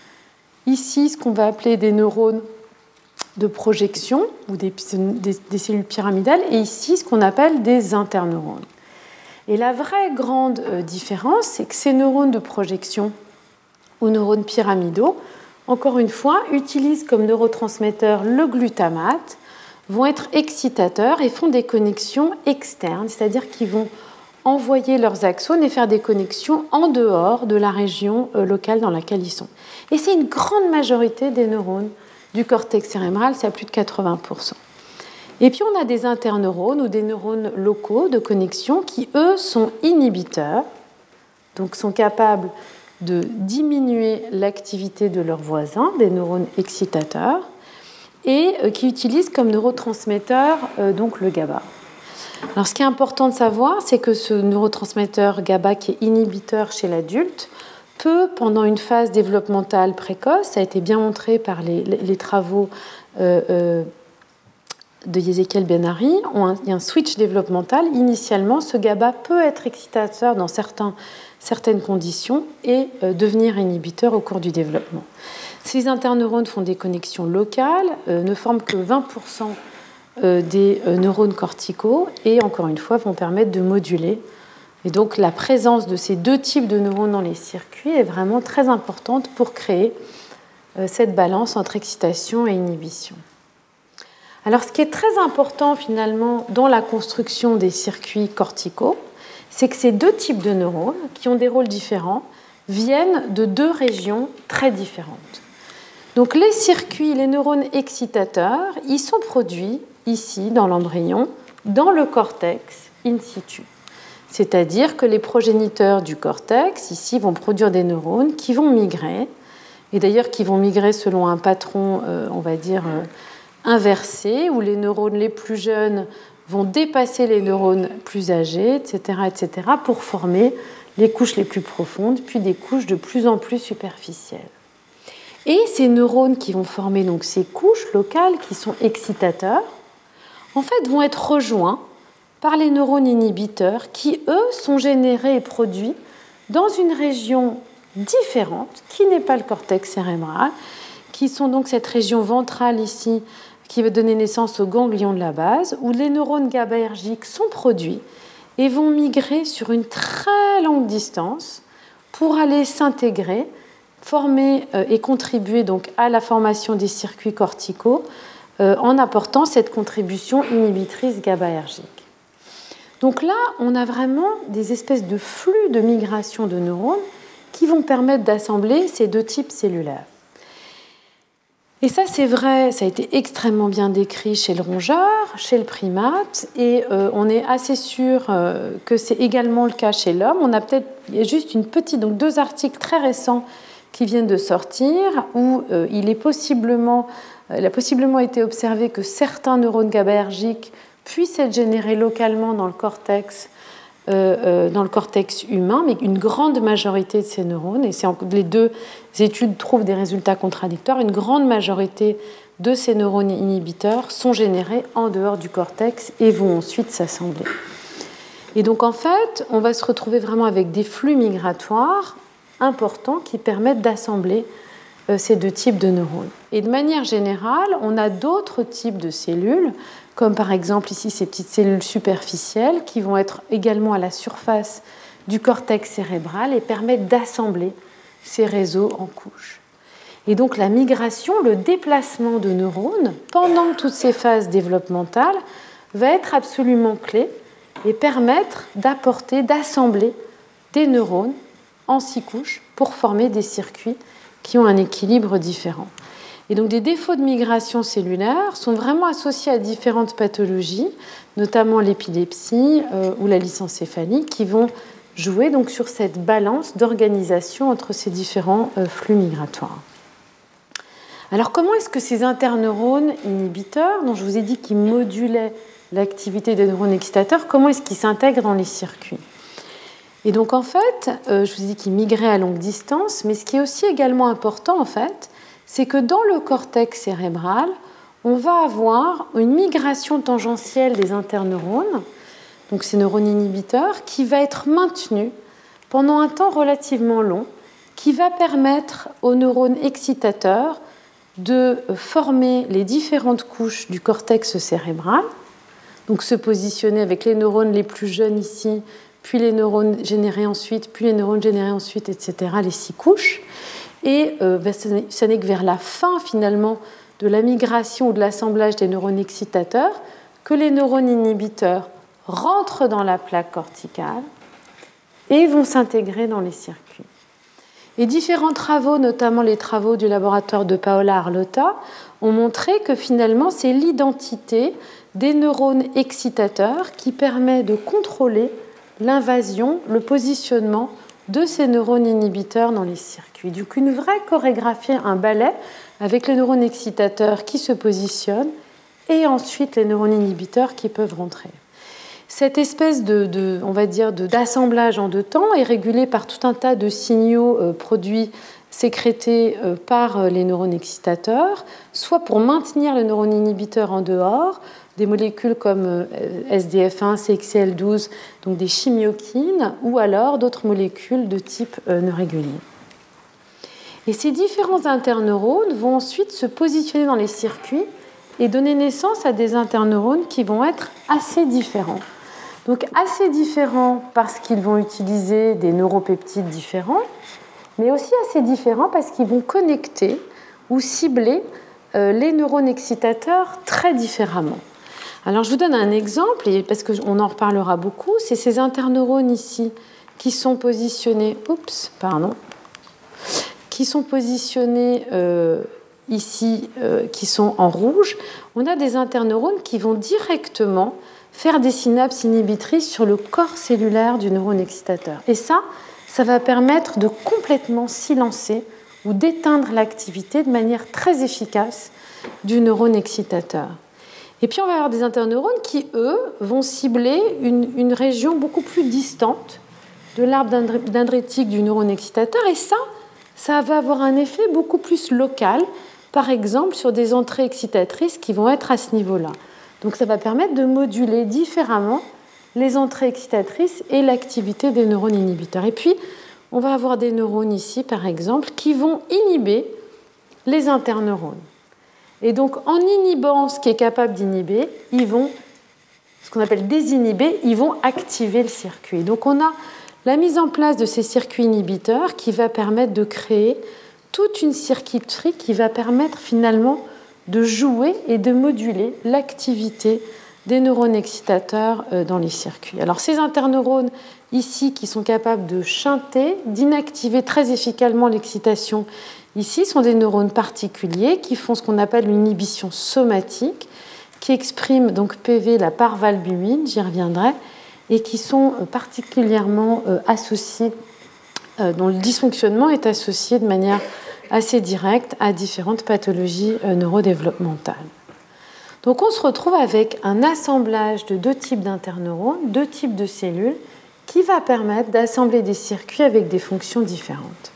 Speaker 2: Ici, ce qu'on va appeler des neurones de projection, ou des, des, des cellules pyramidales, et ici, ce qu'on appelle des interneurones. Et la vraie grande différence, c'est que ces neurones de projection ou neurones pyramidaux, encore une fois, utilisent comme neurotransmetteur le glutamate, vont être excitateurs et font des connexions externes, c'est-à-dire qu'ils vont envoyer leurs axones et faire des connexions en dehors de la région locale dans laquelle ils sont. Et c'est une grande majorité des neurones du cortex cérébral, c'est à plus de quatre-vingts pour cent. Et puis on a des interneurones ou des neurones locaux de connexion qui, eux, sont inhibiteurs, donc sont capables de diminuer l'activité de leurs voisins, des neurones excitateurs, et qui utilisent comme neurotransmetteur euh, donc le GABA. Alors, ce qui est important de savoir, c'est que ce neurotransmetteur GABA, qui est inhibiteur chez l'adulte, peut, pendant une phase développementale précoce, ça a été bien montré par les, les, les travaux euh, euh, de Yezekiel Ben-Ari, il y a un switch développemental. Initialement, ce GABA peut être excitateur dans certains certaines conditions et euh, devenir inhibiteur au cours du développement. Ces interneurones font des connexions locales, euh, ne forment que vingt pour cent euh, des euh, neurones corticaux et, encore une fois, vont permettre de moduler. Et donc, la présence de ces deux types de neurones dans les circuits est vraiment très importante pour créer euh, cette balance entre excitation et inhibition. Alors, ce qui est très important, finalement, dans la construction des circuits corticaux, c'est que ces deux types de neurones, qui ont des rôles différents, viennent de deux régions très différentes. Donc les circuits, les neurones excitateurs, ils sont produits ici, dans l'embryon, dans le cortex in situ. C'est-à-dire que les progéniteurs du cortex, ici, vont produire des neurones qui vont migrer, et d'ailleurs qui vont migrer selon un patron, euh, on va dire, euh, inversé, où les neurones les plus jeunes vont dépasser les neurones plus âgés, et cetera, et cetera, pour former les couches les plus profondes, puis des couches de plus en plus superficielles. Et ces neurones qui vont former donc ces couches locales, qui sont excitateurs, en fait, vont être rejoints par les neurones inhibiteurs, qui, eux, sont générés et produits dans une région différente, qui n'est pas le cortex cérébral, qui sont donc cette région ventrale ici, qui va donner naissance aux ganglions de la base, où les neurones GABAergiques sont produits et vont migrer sur une très longue distance pour aller s'intégrer, former et contribuer donc à la formation des circuits corticaux euh, en apportant cette contribution inhibitrice GABAergique. Donc là, on a vraiment des espèces de flux de migration de neurones qui vont permettre d'assembler ces deux types cellulaires. Et ça, c'est vrai, ça a été extrêmement bien décrit chez le rongeur, chez le primate, et euh, on est assez sûr euh, que c'est également le cas chez l'homme. On a peut-être il y a juste une petite, donc deux articles très récents qui viennent de sortir, où euh, il est possiblement, euh, il a possiblement été observé que certains neurones GABAergiques puissent être générés localement dans le cortex, euh, euh, dans le cortex humain, mais une grande majorité de ces neurones, et c'est en, les deux études trouvent des résultats contradictoires, une grande majorité de ces neurones inhibiteurs sont générés en dehors du cortex et vont ensuite s'assembler. Et donc en fait, on va se retrouver vraiment avec des flux migratoires importants qui permettent d'assembler euh, ces deux types de neurones. Et de manière générale, on a d'autres types de cellules, comme par exemple ici ces petites cellules superficielles qui vont être également à la surface du cortex cérébral et permettent d'assembler ces réseaux en couches. Et donc la migration, le déplacement de neurones pendant toutes ces phases développementales va être absolument clé et permettre d'apporter, d'assembler des neurones en six couches pour former des circuits qui ont un équilibre différent. Et donc des défauts de migration cellulaire sont vraiment associés à différentes pathologies, notamment l'épilepsie euh, ou la lysencéphalie, qui vont jouer donc sur cette balance d'organisation entre ces différents euh, flux migratoires. Alors comment est-ce que ces interneurones inhibiteurs, dont je vous ai dit qu'ils modulaient l'activité des neurones excitateurs, comment est-ce qu'ils s'intègrent dans les circuits ? Et donc en fait, euh, je vous ai dit qu'ils migraient à longue distance, mais ce qui est aussi également important en fait, c'est que dans le cortex cérébral, on va avoir une migration tangentielle des interneurones, donc ces neurones inhibiteurs, qui va être maintenue pendant un temps relativement long, qui va permettre aux neurones excitateurs de former les différentes couches du cortex cérébral, donc se positionner avec les neurones les plus jeunes ici, puis les neurones générés ensuite, puis les neurones générés ensuite, et cetera, les six couches. Et euh, ben, ce n'est que vers la fin, finalement, de la migration ou de l'assemblage des neurones excitateurs que les neurones inhibiteurs rentrent dans la plaque corticale et vont s'intégrer dans les circuits. Et différents travaux, notamment les travaux du laboratoire de Paola Arlota, ont montré que finalement, c'est l'identité des neurones excitateurs qui permet de contrôler l'invasion, le positionnement de ces neurones inhibiteurs dans les circuits. Donc une vraie chorégraphie, un ballet avec les neurones excitateurs qui se positionnent et ensuite les neurones inhibiteurs qui peuvent rentrer. Cette espèce de, de, on va dire, de, d'assemblage en deux temps est régulée par tout un tas de signaux euh, produits, sécrétés euh, par les neurones excitateurs, soit pour maintenir le neurone inhibiteur en dehors, des molécules comme euh, S D F un, C X C L douze, donc des chimiokines, ou alors d'autres molécules de type euh, neurégulier. Et ces différents interneurones vont ensuite se positionner dans les circuits et donner naissance à des interneurones qui vont être assez différents. Donc assez différents parce qu'ils vont utiliser des neuropeptides différents, mais aussi assez différents parce qu'ils vont connecter ou cibler euh, les neurones excitateurs très différemment. Alors je vous donne un exemple, et parce qu'on en reparlera beaucoup, c'est ces interneurones ici qui sont positionnés, oups, pardon, qui sont positionnés euh, ici, euh, qui sont en rouge. On a des interneurones qui vont directement faire des synapses inhibitrices sur le corps cellulaire du neurone excitateur. Et ça, ça va permettre de complètement silencer ou d'éteindre l'activité de manière très efficace du neurone excitateur. Et puis on va avoir des interneurones qui, eux, vont cibler une, une région beaucoup plus distante de l'arbre dendritique du neurone excitateur. Et ça, ça va avoir un effet beaucoup plus local, par exemple sur des entrées excitatrices qui vont être à ce niveau-là. Donc ça va permettre de moduler différemment les entrées excitatrices et l'activité des neurones inhibiteurs. Et puis, on va avoir des neurones ici, par exemple, qui vont inhiber les interneurones. Et donc, en inhibant ce qui est capable d'inhiber, ils vont, ce qu'on appelle désinhiber, ils vont activer le circuit. Donc, on a la mise en place de ces circuits inhibiteurs qui va permettre de créer toute une circuiterie qui va permettre finalement de jouer et de moduler l'activité des neurones excitateurs dans les circuits. Alors ces interneurones ici qui sont capables de shunter, d'inactiver très efficacement l'excitation ici sont des neurones particuliers qui font ce qu'on appelle une inhibition somatique, qui expriment donc P V la parvalbumine, j'y reviendrai, et qui sont particulièrement associés, dont le dysfonctionnement est associé de manière assez directe à différentes pathologies neurodéveloppementales. Donc on se retrouve avec un assemblage de deux types d'interneurones, deux types de cellules, qui va permettre d'assembler des circuits avec des fonctions différentes.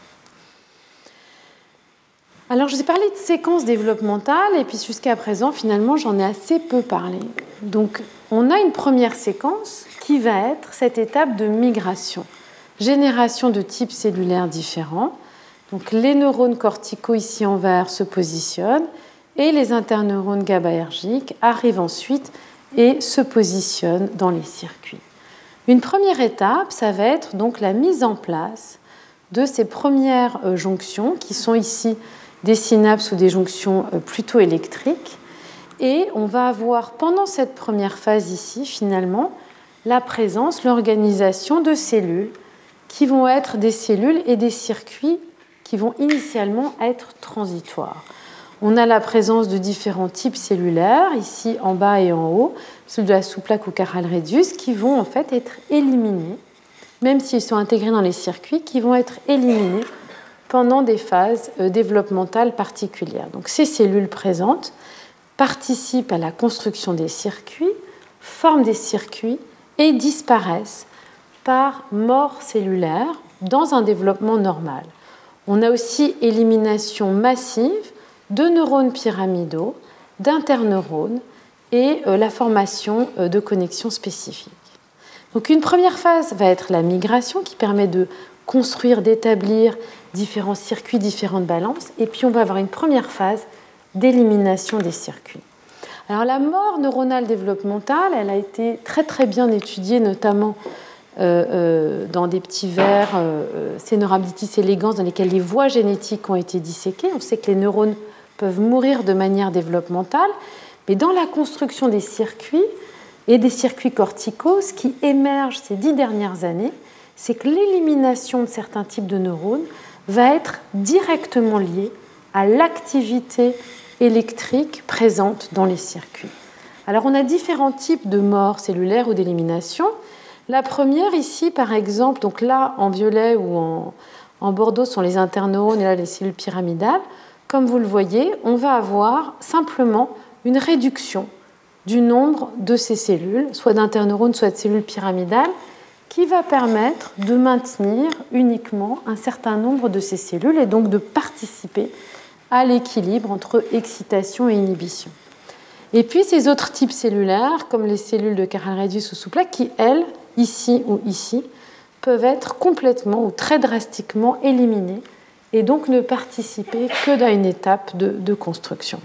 Speaker 2: Alors je vous ai parlé de séquences développementales, et puis jusqu'à présent, finalement, j'en ai assez peu parlé. Donc on a une première séquence qui va être cette étape de migration, génération de types cellulaires différents. Donc les neurones corticaux ici en vert se positionnent, et les interneurones GABAergiques arrivent ensuite et se positionnent dans les circuits. Une première étape, ça va être donc la mise en place de ces premières jonctions qui sont ici des synapses ou des jonctions plutôt électriques. Et on va avoir pendant cette première phase ici, finalement, la présence, l'organisation de cellules qui vont être des cellules et des circuits qui vont initialement être transitoires. On a la présence de différents types cellulaires, ici en bas et en haut, ceux de la sous-plaque ou chiral radius, qui vont en fait être éliminés, même s'ils sont intégrés dans les circuits, qui vont être éliminés pendant des phases développementales particulières. Donc ces cellules présentes participent à la construction des circuits, forment des circuits et disparaissent par mort cellulaire dans un développement normal. On a aussi élimination massive de neurones pyramidaux, d'interneurones et la formation de connexions spécifiques. Donc une première phase va être la migration qui permet de construire, d'établir différents circuits, différentes balances, et puis on va avoir une première phase d'élimination des circuits. Alors la mort neuronale développementale, elle a été très très bien étudiée, notamment euh, euh, dans des petits vers euh, Caenorhabditis elegans, dans lesquels les voies génétiques ont été disséquées. On sait que les neurones peuvent mourir de manière développementale, mais dans la construction des circuits et des circuits corticaux, ce qui émerge ces dix dernières années, c'est que l'élimination de certains types de neurones va être directement liée à l'activité électrique présente dans les circuits. Alors on a différents types de morts cellulaires ou d'élimination. La première ici, par exemple, donc là en violet ou en, en bordeaux sont les interneurones et là les cellules pyramidales. Comme vous le voyez, on va avoir simplement une réduction du nombre de ces cellules, soit d'interneurones, soit de cellules pyramidales, qui va permettre de maintenir uniquement un certain nombre de ces cellules et donc de participer à l'équilibre entre excitation et inhibition. Et puis ces autres types cellulaires, comme les cellules de chiral radius ou sous-plaque, qui, elles, ici ou ici, peuvent être complètement ou très drastiquement éliminées et donc ne participer que dans une étape de, de construction.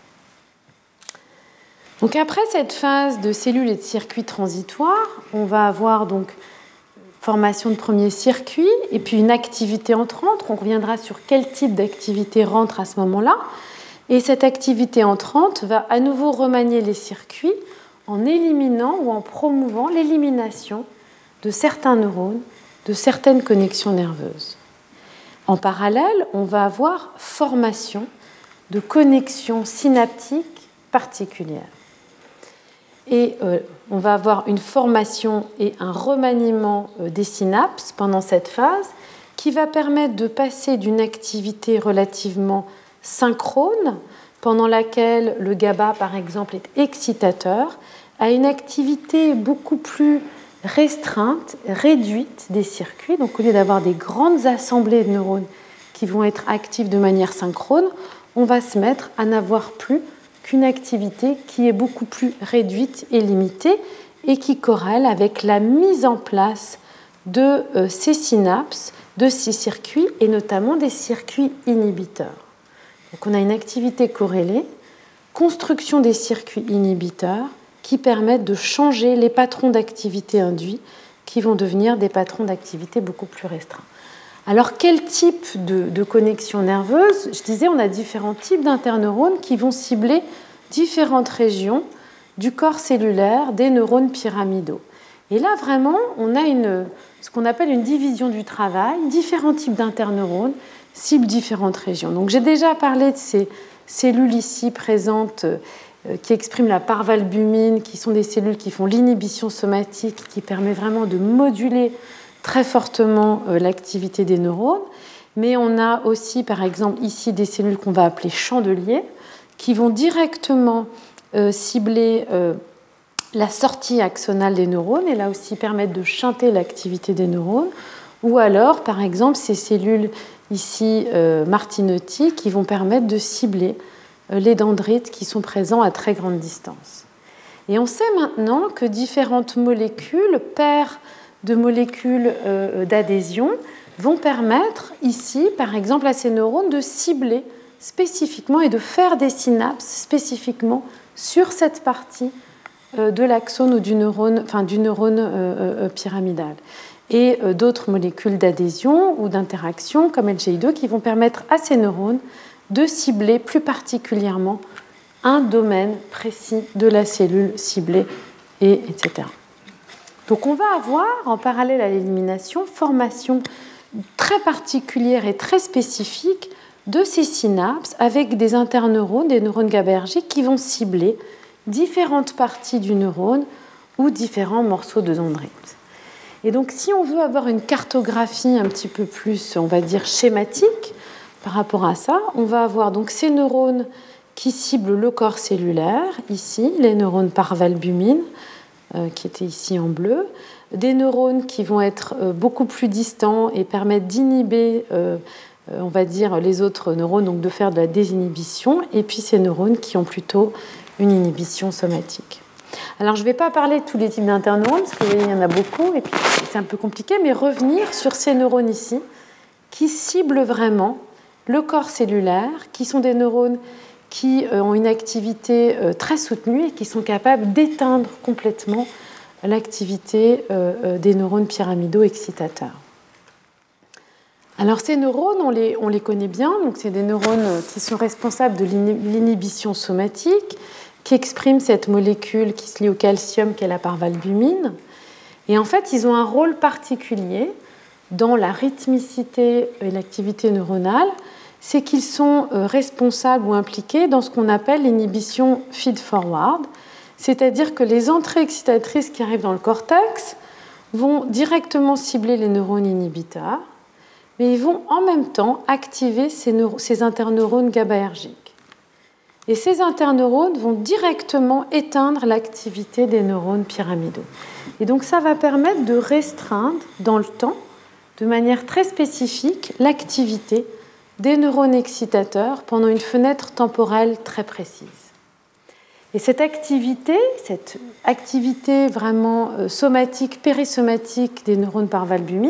Speaker 2: Donc après cette phase de cellules et de circuits transitoires, on va avoir donc formation de premiers circuits et puis une activité entrante. On reviendra sur quel type d'activité rentre à ce moment-là. Et cette activité entrante va à nouveau remanier les circuits en éliminant ou en promouvant l'élimination de certains neurones, de certaines connexions nerveuses. En parallèle, on va avoir formation de connexions synaptiques particulières. Et euh, on va avoir une formation et un remaniement euh, des synapses pendant cette phase qui va permettre de passer d'une activité relativement synchrone, pendant laquelle le GABA, par exemple, est excitateur, à une activité beaucoup plus restreinte, réduite des circuits. Donc au lieu d'avoir des grandes assemblées de neurones qui vont être actives de manière synchrone, on va se mettre à n'avoir plus qu'une activité qui est beaucoup plus réduite et limitée et qui corrèle avec la mise en place de euh, ces synapses, de ces circuits et notamment des circuits inhibiteurs. Donc on a une activité corrélée, construction des circuits inhibiteurs qui permettent de changer les patrons d'activité induits qui vont devenir des patrons d'activité beaucoup plus restreints. Alors, quel type de, de connexion nerveuse ? Je disais, on a différents types d'interneurones qui vont cibler différentes régions du corps cellulaire des neurones pyramidaux. Et là, vraiment, on a une, ce qu'on appelle une division du travail. Différents types d'interneurones ciblent différentes régions. Donc, j'ai déjà parlé de ces cellules ici présentes euh, qui expriment la parvalbumine, qui sont des cellules qui font l'inhibition somatique, qui permet vraiment de moduler très fortement euh, l'activité des neurones. Mais on a aussi, par exemple, ici des cellules qu'on va appeler chandeliers, qui vont directement euh, cibler euh, la sortie axonale des neurones et là aussi permettre de shunter l'activité des neurones. Ou alors, par exemple, ces cellules ici euh, Martinetti qui vont permettre de cibler euh, les dendrites qui sont présents à très grande distance. Et on sait maintenant que différentes molécules, paires de molécules euh, d'adhésion, vont permettre ici, par exemple, à ces neurones de cibler spécifiquement et de faire des synapses spécifiquement sur cette partie de l'axone ou du neurone, enfin, du neurone euh, euh, pyramidal. Et euh, d'autres molécules d'adhésion ou d'interaction, comme L G I deux, qui vont permettre à ces neurones de cibler plus particulièrement un domaine précis de la cellule ciblée, et, etc. Donc on va avoir, en parallèle à l'élimination, formation très particulière et très spécifique de ces synapses avec des interneurones, des neurones GABAergiques qui vont cibler différentes parties du neurone ou différents morceaux de dendrite. Et donc, si on veut avoir une cartographie un petit peu plus, on va dire, schématique par rapport à ça, on va avoir donc ces neurones qui ciblent le corps cellulaire, ici, les neurones parvalbumine, euh, qui étaient ici en bleu, des neurones qui vont être euh, beaucoup plus distants et permettre d'inhiber, euh, euh, on va dire, les autres neurones, donc de faire de la désinhibition, et puis ces neurones qui ont plutôt une inhibition somatique. Alors, je ne vais pas parler de tous les types d'interneurones, parce qu'il y en a beaucoup, et puis c'est un peu compliqué, mais revenir sur ces neurones ici, qui ciblent vraiment le corps cellulaire, qui sont des neurones qui ont une activité très soutenue et qui sont capables d'éteindre complètement l'activité des neurones pyramidaux excitateurs. Alors, ces neurones, on les, on les connaît bien, donc c'est des neurones qui sont responsables de l'inhibition somatique, qui expriment cette molécule qui se lie au calcium, qui est la parvalbumine. Et en fait, ils ont un rôle particulier dans la rythmicité et l'activité neuronale, c'est qu'ils sont responsables ou impliqués dans ce qu'on appelle l'inhibition feed-forward, c'est-à-dire que les entrées excitatrices qui arrivent dans le cortex vont directement cibler les neurones inhibiteurs, mais ils vont en même temps activer ces, neuro- ces interneurones GABAergiques. Et ces interneurones vont directement éteindre l'activité des neurones pyramidaux. Et donc ça va permettre de restreindre dans le temps, de manière très spécifique, l'activité des neurones excitateurs pendant une fenêtre temporelle très précise. Et cette activité, cette activité vraiment somatique, périsomatique des neurones parvalbumine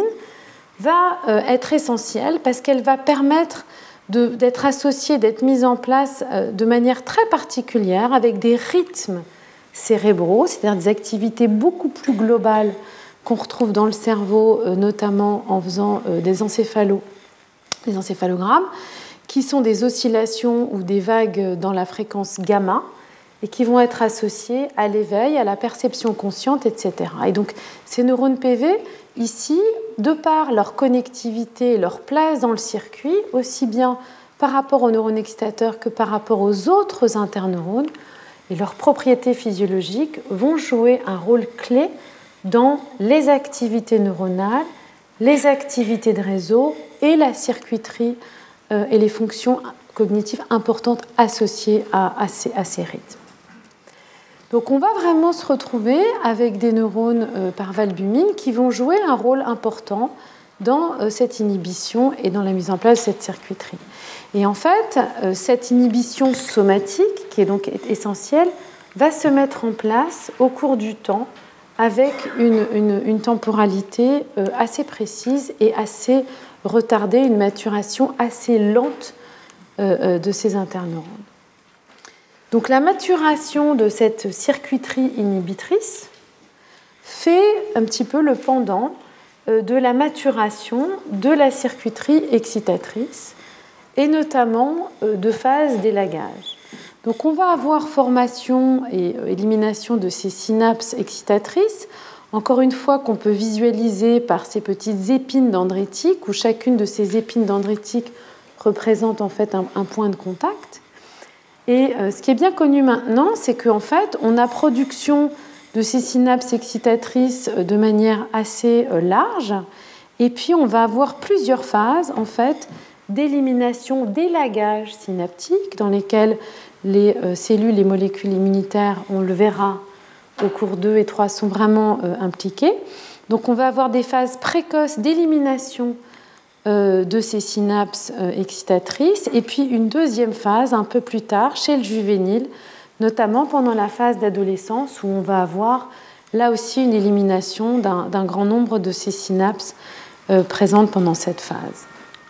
Speaker 2: va être essentielle parce qu'elle va permettre De, d'être associée, d'être mise en place euh, de manière très particulière avec des rythmes cérébraux, c'est-à-dire des activités beaucoup plus globales qu'on retrouve dans le cerveau, euh, notamment en faisant euh, des encéphalos, des encéphalogrammes, qui sont des oscillations ou des vagues dans la fréquence gamma et qui vont être associées à l'éveil, à la perception consciente, et cetera. Et donc, ces neurones P V, ici, de par leur connectivité et leur place dans le circuit, aussi bien par rapport aux neurones excitateurs que par rapport aux autres interneurones, et leurs propriétés physiologiques vont jouer un rôle clé dans les activités neuronales, les activités de réseau et la circuiterie euh, et les fonctions cognitives importantes associées à, à, ces, à ces rythmes. Donc on va vraiment se retrouver avec des neurones euh, parvalbumine qui vont jouer un rôle important dans euh, cette inhibition et dans la mise en place de cette circuiterie. Et en fait, euh, cette inhibition somatique, qui est donc essentielle, va se mettre en place au cours du temps avec une, une, une temporalité euh, assez précise et assez retardée, une maturation assez lente euh, euh, de ces interneurones. Donc la maturation de cette circuiterie inhibitrice fait un petit peu le pendant de la maturation de la circuiterie excitatrice et notamment de phase d'élagage. Donc on va avoir formation et élimination de ces synapses excitatrices, encore une fois qu'on peut visualiser par ces petites épines dendritiques, où chacune de ces épines dendritiques représente en fait un, un point de contact. Et euh, ce qui est bien connu maintenant, c'est qu'en fait, on a production de ces synapses excitatrices de manière assez euh, large, et puis on va avoir plusieurs phases en fait d'élimination, d'élagage synaptique, dans lesquelles les euh, cellules, les molécules immunitaires, on le verra au cours deux et trois, sont vraiment euh, impliquées. Donc on va avoir des phases précoces d'élimination euh, de ces synapses euh, excitatrices, et puis une deuxième phase un peu plus tard, chez le juvénile, notamment pendant la phase d'adolescence, où on va avoir là aussi une élimination d'un, d'un grand nombre de ces synapses euh, présentes pendant cette phase.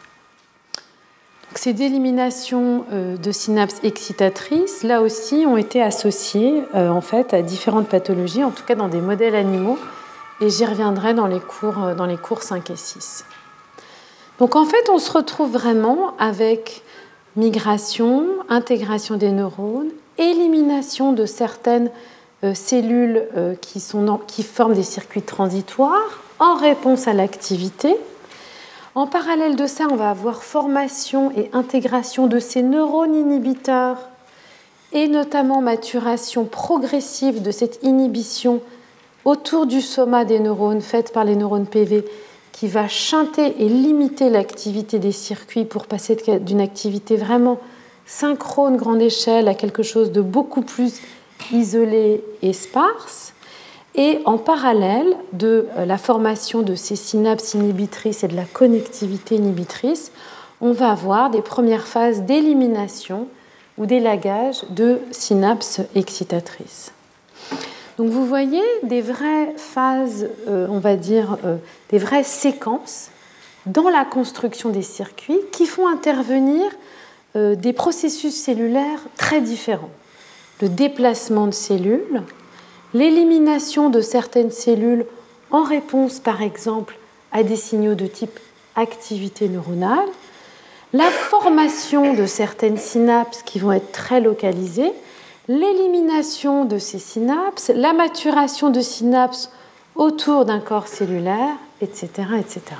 Speaker 2: Ces éliminations de synapses excitatrices, là aussi, ont été associées euh, en fait, à différentes pathologies, en tout cas dans des modèles animaux, et j'y reviendrai dans les cours, dans les cours cinq et six. Donc en fait, on se retrouve vraiment avec migration, intégration des neurones, élimination de certaines euh, cellules euh, qui, sont dans, qui forment des circuits transitoires en réponse à l'activité. En parallèle de ça, on va avoir formation et intégration de ces neurones inhibiteurs et notamment maturation progressive de cette inhibition autour du soma des neurones faite par les neurones P V qui va shunter et limiter l'activité des circuits pour passer d'une activité vraiment synchrone grande échelle à quelque chose de beaucoup plus isolé et sparse. Et en parallèle de la formation de ces synapses inhibitrices et de la connectivité inhibitrice, on va avoir des premières phases d'élimination ou d'élagage de synapses excitatrices. Donc vous voyez des vraies phases, euh, on va dire, euh, des vraies séquences dans la construction des circuits qui font intervenir euh, des processus cellulaires très différents. Le déplacement de cellules, l'élimination de certaines cellules en réponse, par exemple, à des signaux de type activité neuronale, la formation de certaines synapses qui vont être très localisées, l'élimination de ces synapses, la maturation de synapses autour d'un corps cellulaire, et cetera, et cetera.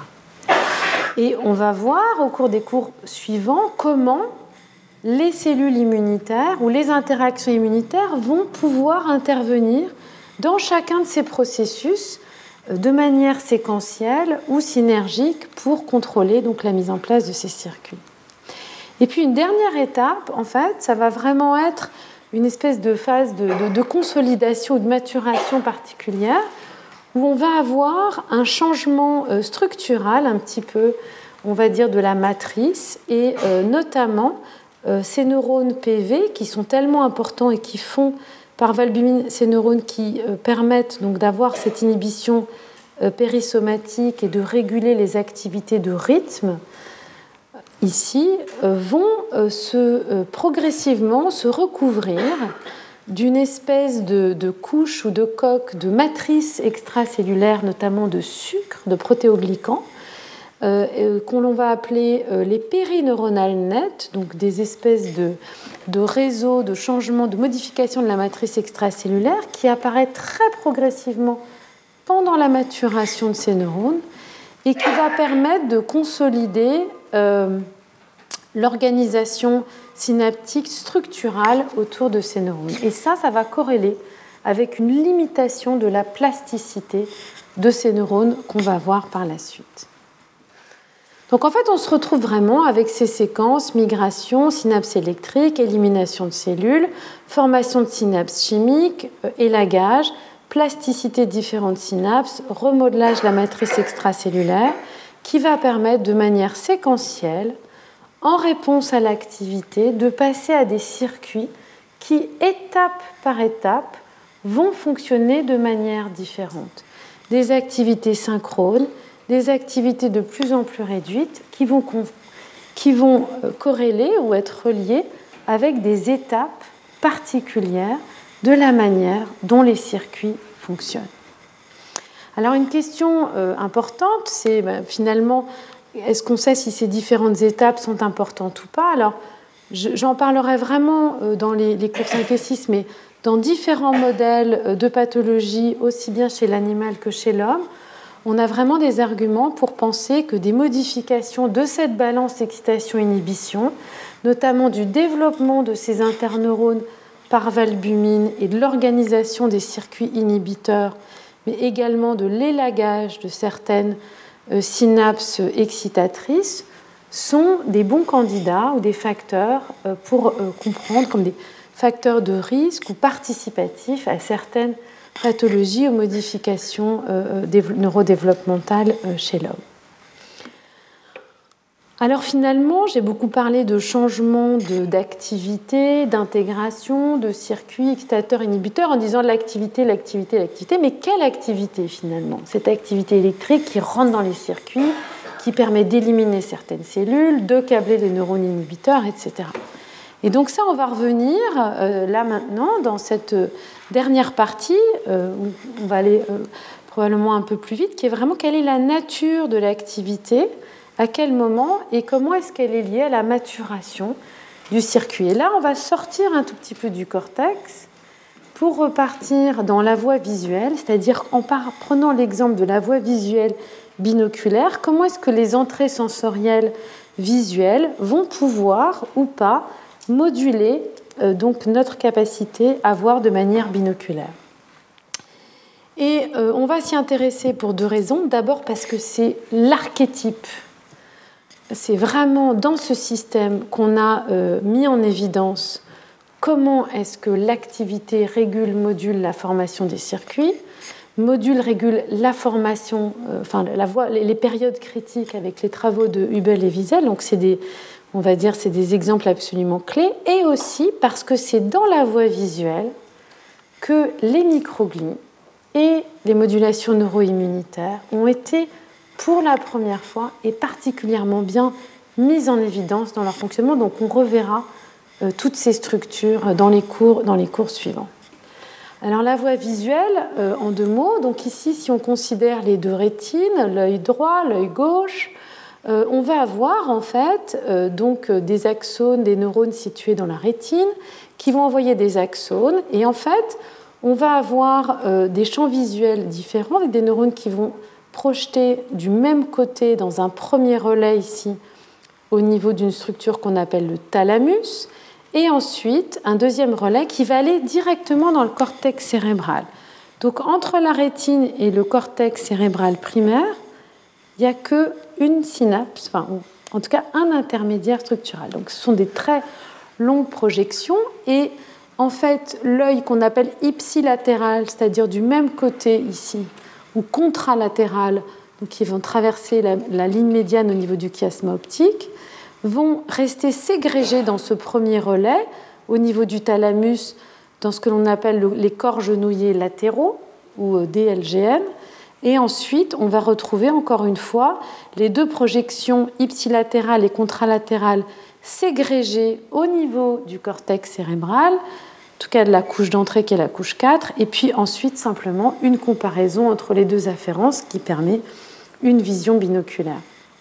Speaker 2: Et on va voir au cours des cours suivants comment les cellules immunitaires ou les interactions immunitaires vont pouvoir intervenir dans chacun de ces processus de manière séquentielle ou synergique pour contrôler donc la mise en place de ces circuits. Et puis une dernière étape, en fait, ça va vraiment être une espèce de phase de, de, de consolidation ou de maturation particulière où on va avoir un changement structural un petit peu, on va dire, de la matrice et euh, notamment euh, ces neurones P V qui sont tellement importants et qui font par valbumine ces neurones qui euh, permettent donc d'avoir cette inhibition euh, périssomatique et de réguler les activités de rythme, ici, euh, vont euh, se, euh, progressivement se recouvrir d'une espèce de, de couche ou de coque de matrice extracellulaire, notamment de sucre, de protéoglycans, euh, qu'on va appeler euh, les périneuronales nettes, donc des espèces de, de réseaux de changements, de modification de la matrice extracellulaire qui apparaît très progressivement pendant la maturation de ces neurones et qui va permettre de consolider euh, l'organisation synaptique structurale autour de ces neurones. Et ça, ça va corréler avec une limitation de la plasticité de ces neurones qu'on va voir par la suite. Donc en fait, on se retrouve vraiment avec ces séquences migration, synapse électrique, élimination de cellules, formation de synapses chimiques, élagage, plasticité de différentes synapses, remodelage de la matrice extracellulaire, qui va permettre de manière séquentielle, en réponse à l'activité, de passer à des circuits qui, étape par étape, vont fonctionner de manière différente. Des activités synchrones, des activités de plus en plus réduites qui vont, qui vont corréler ou être reliées avec des étapes particulières de la manière dont les circuits fonctionnent. Alors une question euh, importante, c'est ben, finalement, est-ce qu'on sait si ces différentes étapes sont importantes ou pas ? Alors J'en parlerai vraiment dans les, les cours cinq et six, mais dans différents modèles de pathologie, aussi bien chez l'animal que chez l'homme, on a vraiment des arguments pour penser que des modifications de cette balance excitation-inhibition, notamment du développement de ces interneurones par valbumine et de l'organisation des circuits inhibiteurs, mais également de l'élagage de certaines synapses excitatrices, sont des bons candidats ou des facteurs pour comprendre comme des facteurs de risque ou participatifs à certaines pathologies ou modifications neurodéveloppementales chez l'homme. Alors finalement, j'ai beaucoup parlé de changement d'activité, d'intégration, de circuits excitateurs-inhibiteurs en disant l'activité, l'activité, l'activité. Mais quelle activité finalement? Cette activité électrique qui rentre dans les circuits, qui permet d'éliminer certaines cellules, de câbler les neurones inhibiteurs, et cetera. Et donc ça, on va revenir euh, là maintenant dans cette dernière partie, euh, où on va aller euh, probablement un peu plus vite, qui est vraiment quelle est la nature de l'activité, à quel moment et comment est-ce qu'elle est liée à la maturation du circuit. Et là, on va sortir un tout petit peu du cortex pour repartir dans la voie visuelle, c'est-à-dire en prenant l'exemple de la voie visuelle binoculaire, comment est-ce que les entrées sensorielles visuelles vont pouvoir ou pas moduler euh, donc notre capacité à voir de manière binoculaire. Et euh, on va s'y intéresser pour deux raisons. D'abord parce que c'est l'archétype. C'est vraiment dans ce système qu'on a euh, mis en évidence comment est-ce que l'activité régule, module la formation des circuits, module, régule la formation, euh, enfin la voie, les, les périodes critiques avec les travaux de Hubel et Wiesel. Donc c'est des, on va dire, c'est des exemples absolument clés. Et aussi parce que c'est dans la voie visuelle que les microglies et les modulations neuro-immunitaires ont été pour la première fois et particulièrement bien mises en évidence dans leur fonctionnement. Donc on reverra euh, toutes ces structures dans les cours, dans les cours suivants. Alors la voie visuelle, euh, en deux mots, donc ici si on considère les deux rétines, l'œil droit, l'œil gauche, euh, on va avoir en fait euh, donc, des axones, des neurones situés dans la rétine qui vont envoyer des axones et en fait on va avoir euh, des champs visuels différents avec des neurones qui vont projeter du même côté dans un premier relais ici au niveau d'une structure qu'on appelle le thalamus et ensuite un deuxième relais qui va aller directement dans le cortex cérébral. Donc entre la rétine et le cortex cérébral primaire, il n'y a qu'une synapse, enfin en tout cas un intermédiaire structural. Donc ce sont des très longues projections et en fait l'œil qu'on appelle ipsilatéral, c'est-à-dire du même côté ici, ou contralatérales, donc qui vont traverser la, la ligne médiane au niveau du chiasma optique, vont rester ségrégés dans ce premier relais au niveau du thalamus, dans ce que l'on appelle le, les corps genouillés latéraux, ou D L G N, et ensuite on va retrouver encore une fois les deux projections ipsilatérales et contralatérales ségrégées au niveau du cortex cérébral, en tout cas de la couche d'entrée qui est la couche quatre, et puis ensuite simplement une comparaison entre les deux afférences qui permet une vision binoculaire.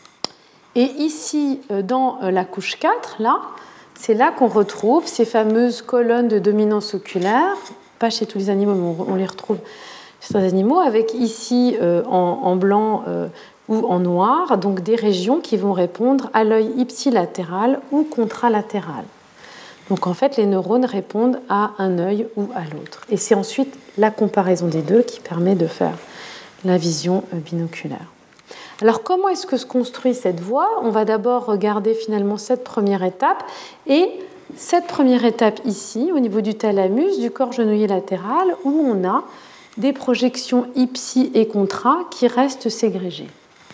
Speaker 2: Et ici, dans la couche quatre, là, c'est là qu'on retrouve ces fameuses colonnes de dominance oculaire, pas chez tous les animaux, mais on les retrouve chez certains animaux, avec ici euh, en, en blanc euh, ou en noir, donc des régions qui vont répondre à l'œil ipsilatéral ou contralatéral. Donc en fait, les neurones répondent à un œil ou à l'autre. Et c'est ensuite la comparaison des deux qui permet de faire la vision binoculaire. Alors comment est-ce que se construit cette voie? On va d'abord regarder finalement cette première étape. Et cette première étape ici, au niveau du thalamus, du corps genouillé latéral, où on a des projections ipsi et contra qui restent ségrégées.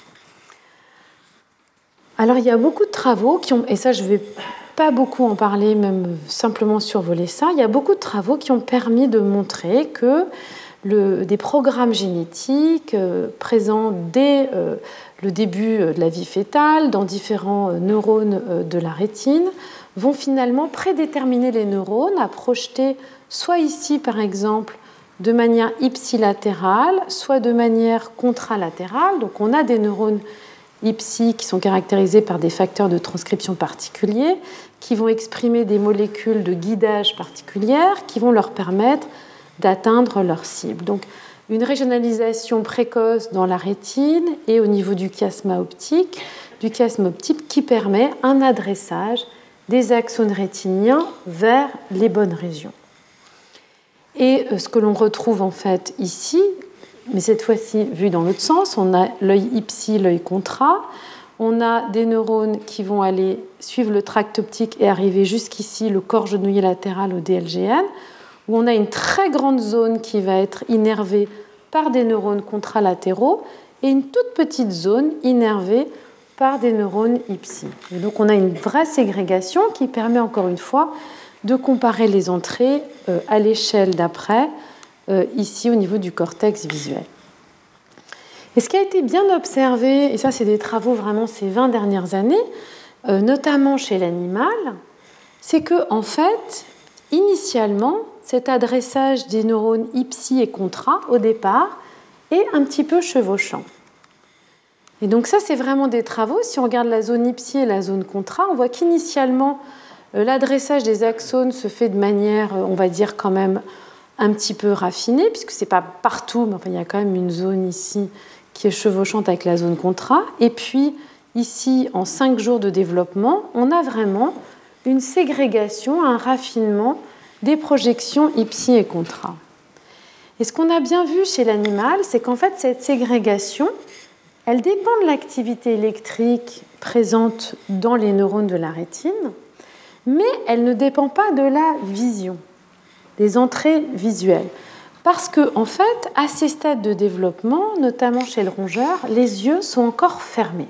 Speaker 2: Alors il y a beaucoup de travaux qui ont, et ça je vais pas beaucoup en parler, même simplement survoler ça, il y a beaucoup de travaux qui ont permis de montrer que le, des programmes génétiques euh, présents dès euh, le début de la vie fœtale, dans différents euh, neurones euh, de la rétine, vont finalement prédéterminer les neurones à projeter soit ici par exemple de manière ipsilatérale, soit de manière contralatérale. Donc on a des neurones ipsi qui sont caractérisés par des facteurs de transcription particuliers qui vont exprimer des molécules de guidage particulières qui vont leur permettre d'atteindre leur cible. Donc, une régionalisation précoce dans la rétine et au niveau du chiasma optique, du chiasme optique qui permet un adressage des axones rétiniens vers les bonnes régions. Et ce que l'on retrouve en fait ici, mais cette fois-ci vu dans l'autre sens, on a l'œil ipsi, l'œil contra, on a des neurones qui vont aller suivre le tract optique et arriver jusqu'ici, le corps genouillé latéral au D L G N, où on a une très grande zone qui va être innervée par des neurones contralatéraux et une toute petite zone innervée par des neurones ipsi. Et donc on a une vraie ségrégation qui permet encore une fois de comparer les entrées euh, à l'échelle d'après, euh, ici au niveau du cortex visuel. Et ce qui a été bien observé, et ça c'est des travaux vraiment ces vingt dernières années, euh, notamment chez l'animal, c'est que en fait, initialement, cet adressage des neurones ipsi et contra au départ est un petit peu chevauchant. Et donc ça c'est vraiment des travaux. Si on regarde la zone ipsi et la zone contra, on voit qu'initialement euh, l'adressage des axones se fait de manière, on va dire quand même un petit peu raffinée, puisque c'est pas partout, mais enfin il y a quand même une zone ici qui est chevauchante avec la zone contra. Et puis, ici, en cinq jours de développement, on a vraiment une ségrégation, un raffinement des projections ipsi et contra. Et ce qu'on a bien vu chez l'animal, c'est qu'en fait, cette ségrégation, elle dépend de l'activité électrique présente dans les neurones de la rétine, mais elle ne dépend pas de la vision, des entrées visuelles. Parce que, en fait, à ces stades de développement, notamment chez le rongeur, les yeux sont encore fermés.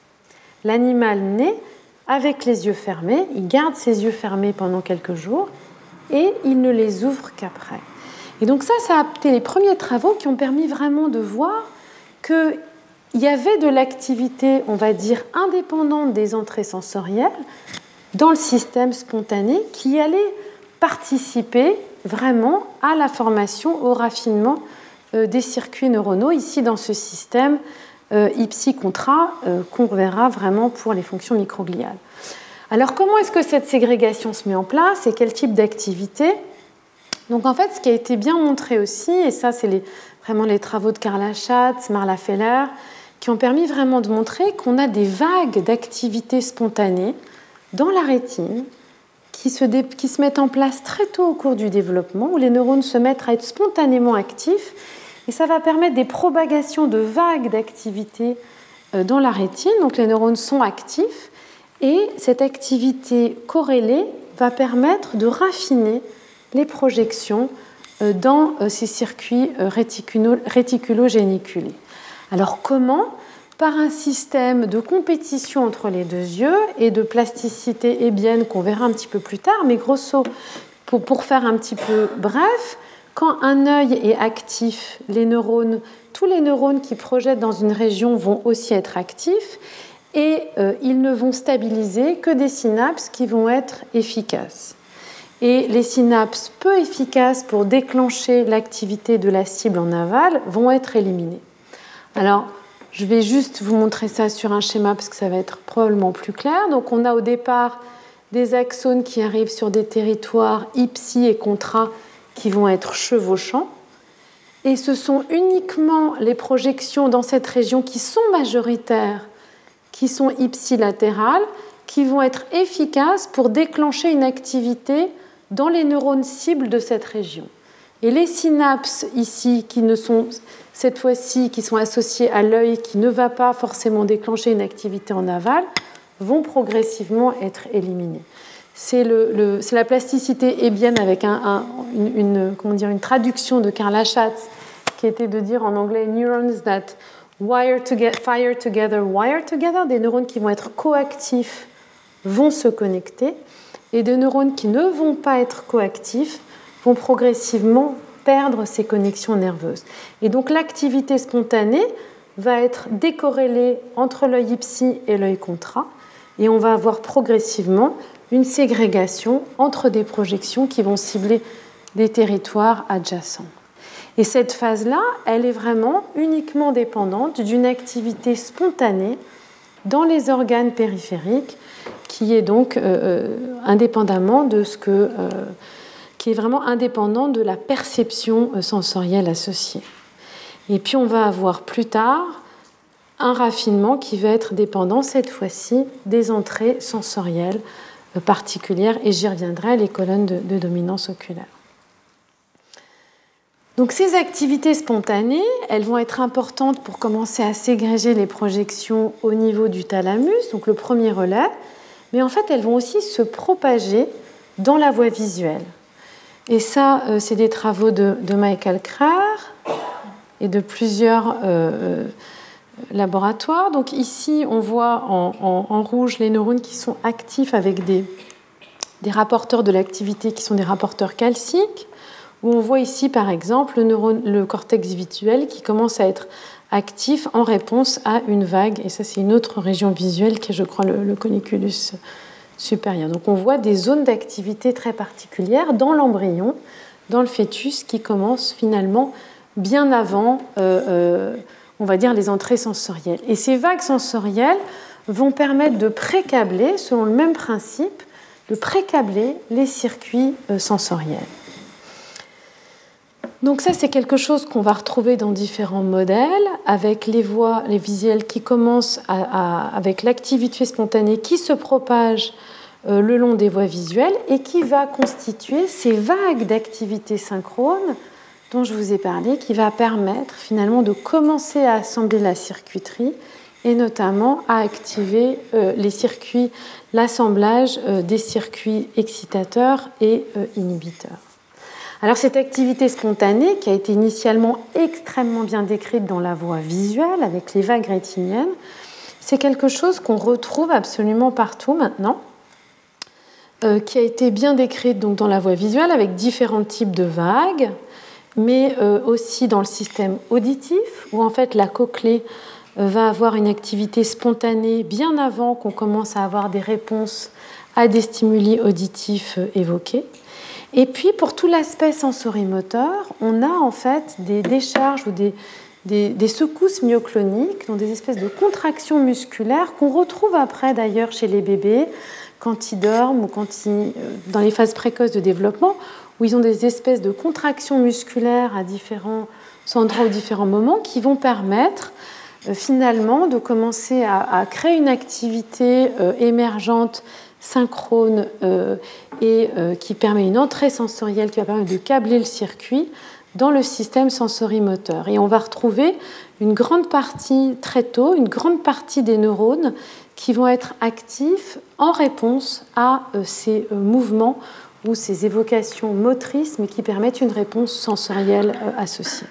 Speaker 2: L'animal naît avec les yeux fermés, il garde ses yeux fermés pendant quelques jours et il ne les ouvre qu'après. Et donc ça, ça a été les premiers travaux qui ont permis vraiment de voir qu'il y avait de l'activité, on va dire, indépendante des entrées sensorielles dans le système spontané qui allait participer vraiment à la formation, au raffinement euh, des circuits neuronaux, ici dans ce système euh, ipsi-contra euh, qu'on verra vraiment pour les fonctions microgliales. Alors comment est-ce que cette ségrégation se met en place et quel type d'activité ? Donc en fait, ce qui a été bien montré aussi, et ça c'est les, vraiment les travaux de Carla Schatz, Marla Feller, qui ont permis vraiment de montrer qu'on a des vagues d'activité spontanée dans la rétine, Qui se, dé... qui se mettent en place très tôt au cours du développement, où les neurones se mettent à être spontanément actifs, et ça va permettre des propagations de vagues d'activité dans la rétine. Donc les neurones sont actifs, et cette activité corrélée va permettre de raffiner les projections dans ces circuits réticulo... réticulogéniculés. Alors comment ? Par un système de compétition entre les deux yeux et de plasticité hébienne qu'on verra un petit peu plus tard, mais grosso, pour, pour faire un petit peu bref, quand un œil est actif, les neurones, tous les neurones qui projettent dans une région vont aussi être actifs et euh, ils ne vont stabiliser que des synapses qui vont être efficaces. Et les synapses peu efficaces pour déclencher l'activité de la cible en aval vont être éliminées. Alors, je vais juste vous montrer ça sur un schéma parce que ça va être probablement plus clair. Donc on a au départ des axones qui arrivent sur des territoires ipsi et contra qui vont être chevauchants. Et ce sont uniquement les projections dans cette région qui sont majoritaires, qui sont ipsilatérales, qui vont être efficaces pour déclencher une activité dans les neurones cibles de cette région. Et les synapses ici, qui ne sont cette fois-ci, qui sont associées à l'œil, qui ne va pas forcément déclencher une activité en aval, vont progressivement être éliminées. C'est, le, le, c'est la plasticité hébienne avec un, un, une, une, comment dire, une traduction de Carla Schatz, qui était de dire en anglais « neurons that wire together, fire together, wire together », des neurones qui vont être coactifs vont se connecter, et des neurones qui ne vont pas être coactifs vont progressivement perdre ces connexions nerveuses. Et donc l'activité spontanée va être décorrélée entre l'œil ipsi et l'œil contra, et on va avoir progressivement une ségrégation entre des projections qui vont cibler des territoires adjacents. Et cette phase-là, elle est vraiment uniquement dépendante d'une activité spontanée dans les organes périphériques, qui est donc euh, indépendamment de ce que, euh, qui est vraiment indépendant de la perception sensorielle associée. Et puis on va avoir plus tard un raffinement qui va être dépendant cette fois-ci des entrées sensorielles particulières, et j'y reviendrai, les colonnes de, de dominance oculaire. Donc ces activités spontanées, elles vont être importantes pour commencer à ségréger les projections au niveau du thalamus, donc le premier relais, mais en fait elles vont aussi se propager dans la voie visuelle. Et ça, c'est des travaux de, de Michael Craer et de plusieurs euh, laboratoires. Donc ici, on voit en, en, en rouge les neurones qui sont actifs avec des, des rapporteurs de l'activité qui sont des rapporteurs calciques, où on voit ici, par exemple, le, neurone, le cortex visuel qui commence à être actif en réponse à une vague. Et ça, c'est une autre région visuelle qui est, je crois, le, le colliculus supérieur. Donc on voit des zones d'activité très particulières dans l'embryon, dans le fœtus, qui commencent finalement bien avant, euh, euh, on va dire, les entrées sensorielles. Et ces vagues sensorielles vont permettre de précabler, selon le même principe, de précabler les circuits euh, sensoriels. Donc ça, c'est quelque chose qu'on va retrouver dans différents modèles, avec les voies, les visuels qui commencent à, à, avec l'activité spontanée qui se propage euh, le long des voies visuelles et qui va constituer ces vagues d'activité synchrone dont je vous ai parlé, qui va permettre finalement de commencer à assembler la circuiterie et notamment à activer euh, les circuits, l'assemblage euh, des circuits excitateurs et euh, inhibiteurs. Alors cette activité spontanée, qui a été initialement extrêmement bien décrite dans la voie visuelle avec les vagues rétiniennes, c'est quelque chose qu'on retrouve absolument partout maintenant, euh, qui a été bien décrite donc dans la voie visuelle avec différents types de vagues, mais euh, aussi dans le système auditif, où en fait la cochlée euh, va avoir une activité spontanée bien avant qu'on commence à avoir des réponses à des stimuli auditifs euh, évoqués. Et puis, pour tout l'aspect sensorimoteur, on a en fait des décharges ou des, des, des secousses myocloniques, donc des espèces de contractions musculaires qu'on retrouve après d'ailleurs chez les bébés quand ils dorment ou quand ils, dans les phases précoces de développement, où ils ont des espèces de contractions musculaires à différents endroits ou différents moments qui vont permettre euh, finalement de commencer à, à créer une activité euh, émergente synchrone euh, et euh, qui permet une entrée sensorielle qui va permettre de câbler le circuit dans le système sensorimoteur. Et on va retrouver une grande partie très tôt, une grande partie des neurones qui vont être actifs en réponse à euh, ces euh, mouvements ou ces évocations motrices, mais qui permettent une réponse sensorielle euh, associée.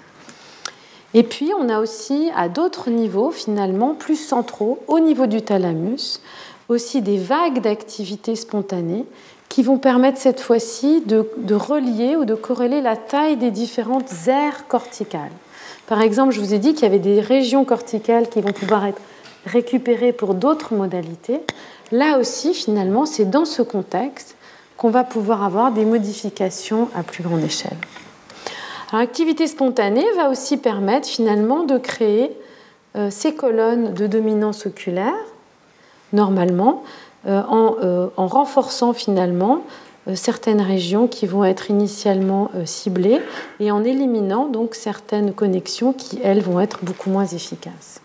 Speaker 2: Et puis, on a aussi, à d'autres niveaux, finalement, plus centraux, au niveau du thalamus, aussi des vagues d'activité spontanée qui vont permettre cette fois-ci de, de relier ou de corréler la taille des différentes aires corticales. Par exemple, je vous ai dit qu'il y avait des régions corticales qui vont pouvoir être récupérées pour d'autres modalités. Là aussi, finalement, c'est dans ce contexte qu'on va pouvoir avoir des modifications à plus grande échelle. Alors, l'activité spontanée va aussi permettre finalement de créer euh, ces colonnes de dominance oculaire, normalement, euh, en, euh, en renforçant finalement euh, certaines régions qui vont être initialement euh, ciblées et en éliminant donc certaines connexions qui, elles, vont être beaucoup moins efficaces.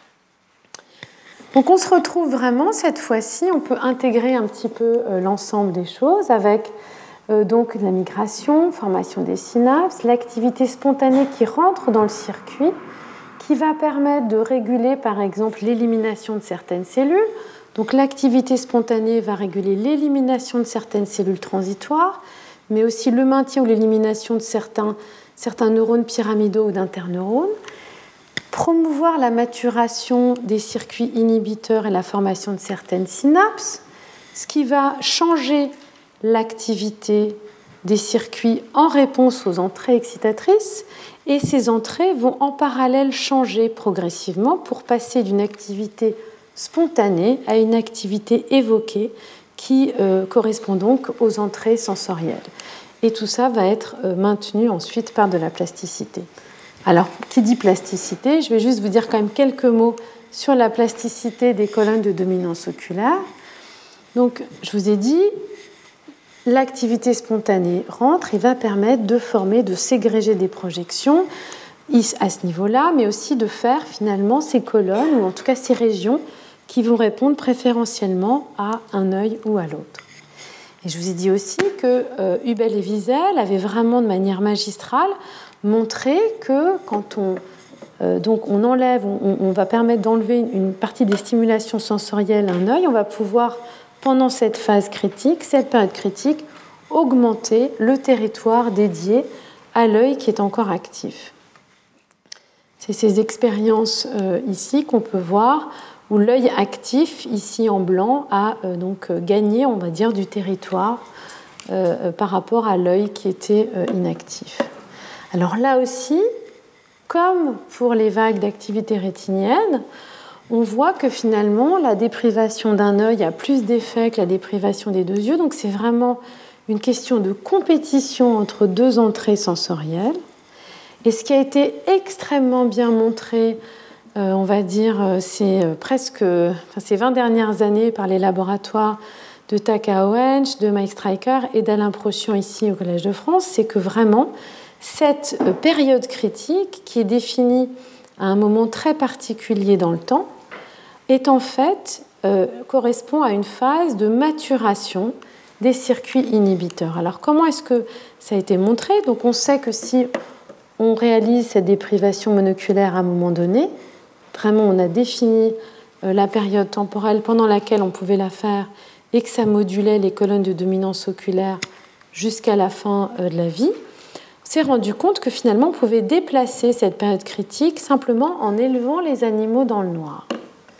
Speaker 2: Donc on se retrouve vraiment, cette fois-ci, on peut intégrer un petit peu euh, l'ensemble des choses avec euh, donc la migration, formation des synapses, l'activité spontanée qui rentre dans le circuit, qui va permettre de réguler par exemple l'élimination de certaines cellules. Donc l'activité spontanée va réguler l'élimination de certaines cellules transitoires, mais aussi le maintien ou l'élimination de certains, certains neurones pyramidaux ou d'interneurones, promouvoir la maturation des circuits inhibiteurs et la formation de certaines synapses, ce qui va changer l'activité des circuits en réponse aux entrées excitatrices, et ces entrées vont en parallèle changer progressivement pour passer d'une activité spontanée à une activité évoquée qui euh, correspond donc aux entrées sensorielles. Et tout ça va être euh, maintenu ensuite par de la plasticité. Alors, qui dit plasticité, je vais juste vous dire quand même quelques mots sur la plasticité des colonnes de dominance oculaire. Donc, je vous ai dit, l'activité spontanée rentre et va permettre de former, de ségréger des projections à ce niveau-là, mais aussi de faire finalement ces colonnes, ou en tout cas ces régions, qui vont répondre préférentiellement à un œil ou à l'autre. Et je vous ai dit aussi que euh, Hubel et Wiesel avaient vraiment de manière magistrale montré que quand on, euh, donc on enlève, on, on va permettre d'enlever une, une partie des stimulations sensorielles à un œil, on va pouvoir, pendant cette phase critique, cette période critique, augmenter le territoire dédié à l'œil qui est encore actif. C'est ces expériences euh, ici qu'on peut voir où l'œil actif, ici en blanc, a euh, donc gagné, on va dire, du territoire euh, par rapport à l'œil qui était euh, inactif. Alors là aussi, comme pour les vagues d'activité rétinienne, on voit que finalement la déprivation d'un œil a plus d'effet que la déprivation des deux yeux, donc c'est vraiment une question de compétition entre deux entrées sensorielles. Et ce qui a été extrêmement bien montré, euh, on va dire, c'est presque enfin, ces vingt dernières années par les laboratoires de Takao Hensch, de Mike Stryker et d'Alain Prochian ici au Collège de France, c'est que vraiment cette période critique, qui est définie à un moment très particulier dans le temps, est en fait euh, correspond à une phase de maturation des circuits inhibiteurs. Alors comment est-ce que ça a été montré ? Donc on sait que si on réalise cette déprivation monoculaire à un moment donné, vraiment on a défini la période temporelle pendant laquelle on pouvait la faire et que ça modulait les colonnes de dominance oculaire jusqu'à la fin de la vie, on s'est rendu compte que finalement on pouvait déplacer cette période critique simplement en élevant les animaux dans le noir.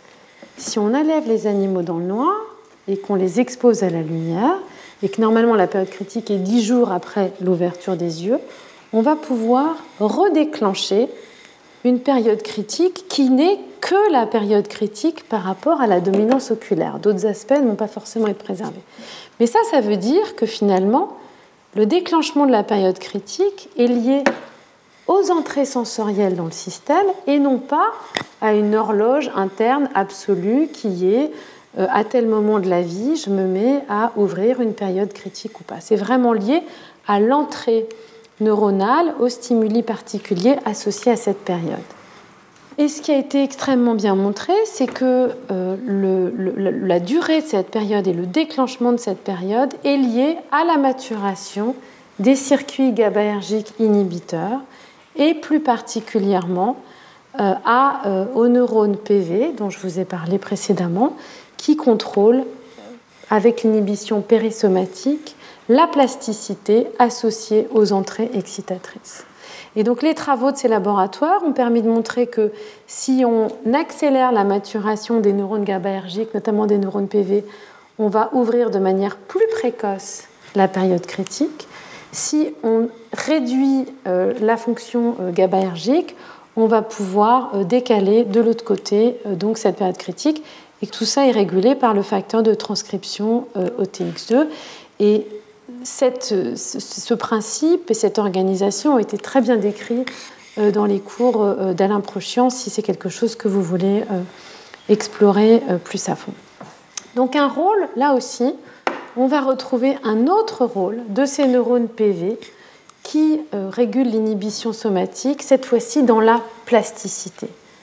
Speaker 2: Si on enlève les animaux dans le noir et qu'on les expose à la lumière, et que normalement la période critique est dix jours après l'ouverture des yeux, on va pouvoir redéclencher une période critique qui n'est que la période critique par rapport à la dominance oculaire. D'autres aspects ne vont pas forcément être préservés. Mais ça, ça veut dire que finalement, le déclenchement de la période critique est lié aux entrées sensorielles dans le système et non pas à une horloge interne absolue qui est euh, à tel moment de la vie, je me mets à ouvrir une période critique ou pas. C'est vraiment lié à l'entrée neuronale, aux stimuli particuliers associés à cette période. Et ce qui a été extrêmement bien montré, c'est que euh, le, le, la durée de cette période et le déclenchement de cette période est lié à la maturation des circuits GABAergiques inhibiteurs et plus particulièrement euh, à, euh, aux neurones P V, dont je vous ai parlé précédemment, qui contrôlent, avec l'inhibition périsomatique, la plasticité associée aux entrées excitatrices. Et donc les travaux de ces laboratoires ont permis de montrer que si on accélère la maturation des neurones GABAergiques, notamment des neurones P V, on va ouvrir de manière plus précoce la période critique. Si on réduit euh, la fonction euh, GABAergique, on va pouvoir euh, décaler de l'autre côté euh, donc cette période critique, et tout ça est régulé par le facteur de transcription euh, O T X deux. Et Cette, ce principe et cette organisation ont été très bien décrits dans les cours d'Alain Prochian, si c'est quelque chose que vous voulez explorer plus à fond. Donc un rôle, là aussi, on va retrouver un autre rôle de ces neurones P V qui régulent l'inhibition somatique, cette fois-ci dans la plasticité.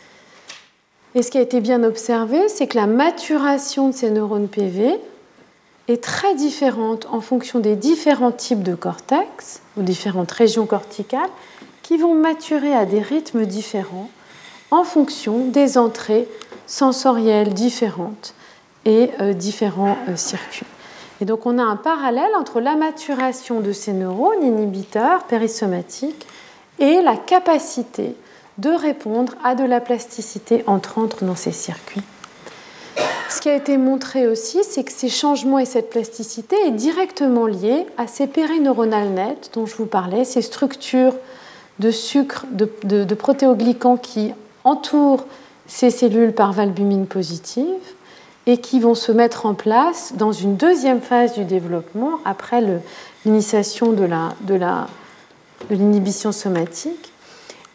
Speaker 2: Et ce qui a été bien observé, c'est que la maturation de ces neurones P V est très différente en fonction des différents types de cortex ou différentes régions corticales qui vont maturer à des rythmes différents en fonction des entrées sensorielles différentes et euh, différents euh, circuits. Et donc on a un parallèle entre la maturation de ces neurones inhibiteurs périsomatiques et la capacité de répondre à de la plasticité entrant dans ces circuits. Ce qui a été montré aussi, c'est que ces changements et cette plasticité est directement liée à ces périneuronales nettes dont je vous parlais, ces structures de sucre, de, de, de protéoglycans qui entourent ces cellules par valbumine positive et qui vont se mettre en place dans une deuxième phase du développement après le, l'initiation de, la, de, la, de l'inhibition somatique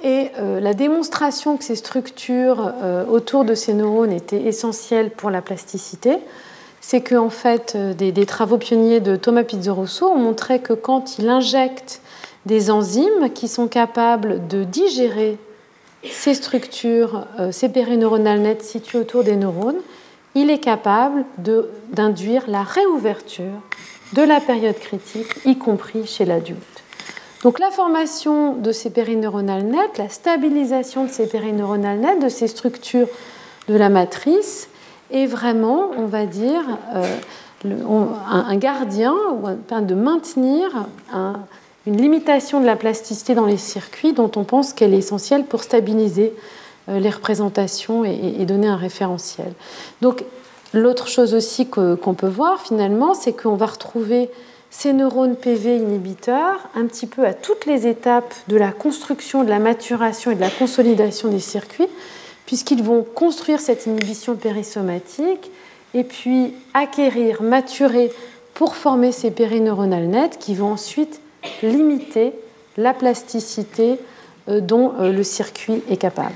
Speaker 2: Et euh, la démonstration que ces structures euh, autour de ces neurones étaient essentielles pour la plasticité, c'est qu'en fait, euh, des, des travaux pionniers de Thomas Pizzarosso ont montré que quand il injecte des enzymes qui sont capables de digérer ces structures, euh, ces périneuronales nettes situées autour des neurones, il est capable de, d'induire la réouverture de la période critique, y compris chez l'adulte. Donc la formation de ces périneuronales nettes, la stabilisation de ces périneuronales nettes, de ces structures de la matrice, est vraiment, on va dire, euh, le, on, un, un gardien, ou un, de maintenir un, une limitation de la plasticité dans les circuits dont on pense qu'elle est essentielle pour stabiliser euh, les représentations et, et donner un référentiel. Donc l'autre chose aussi que, qu'on peut voir finalement, c'est qu'on va retrouver ces neurones P V inhibiteurs un petit peu à toutes les étapes de la construction, de la maturation et de la consolidation des circuits, puisqu'ils vont construire cette inhibition périsomatique et puis acquérir, maturer pour former ces périneuronales nettes qui vont ensuite limiter la plasticité dont le circuit est capable.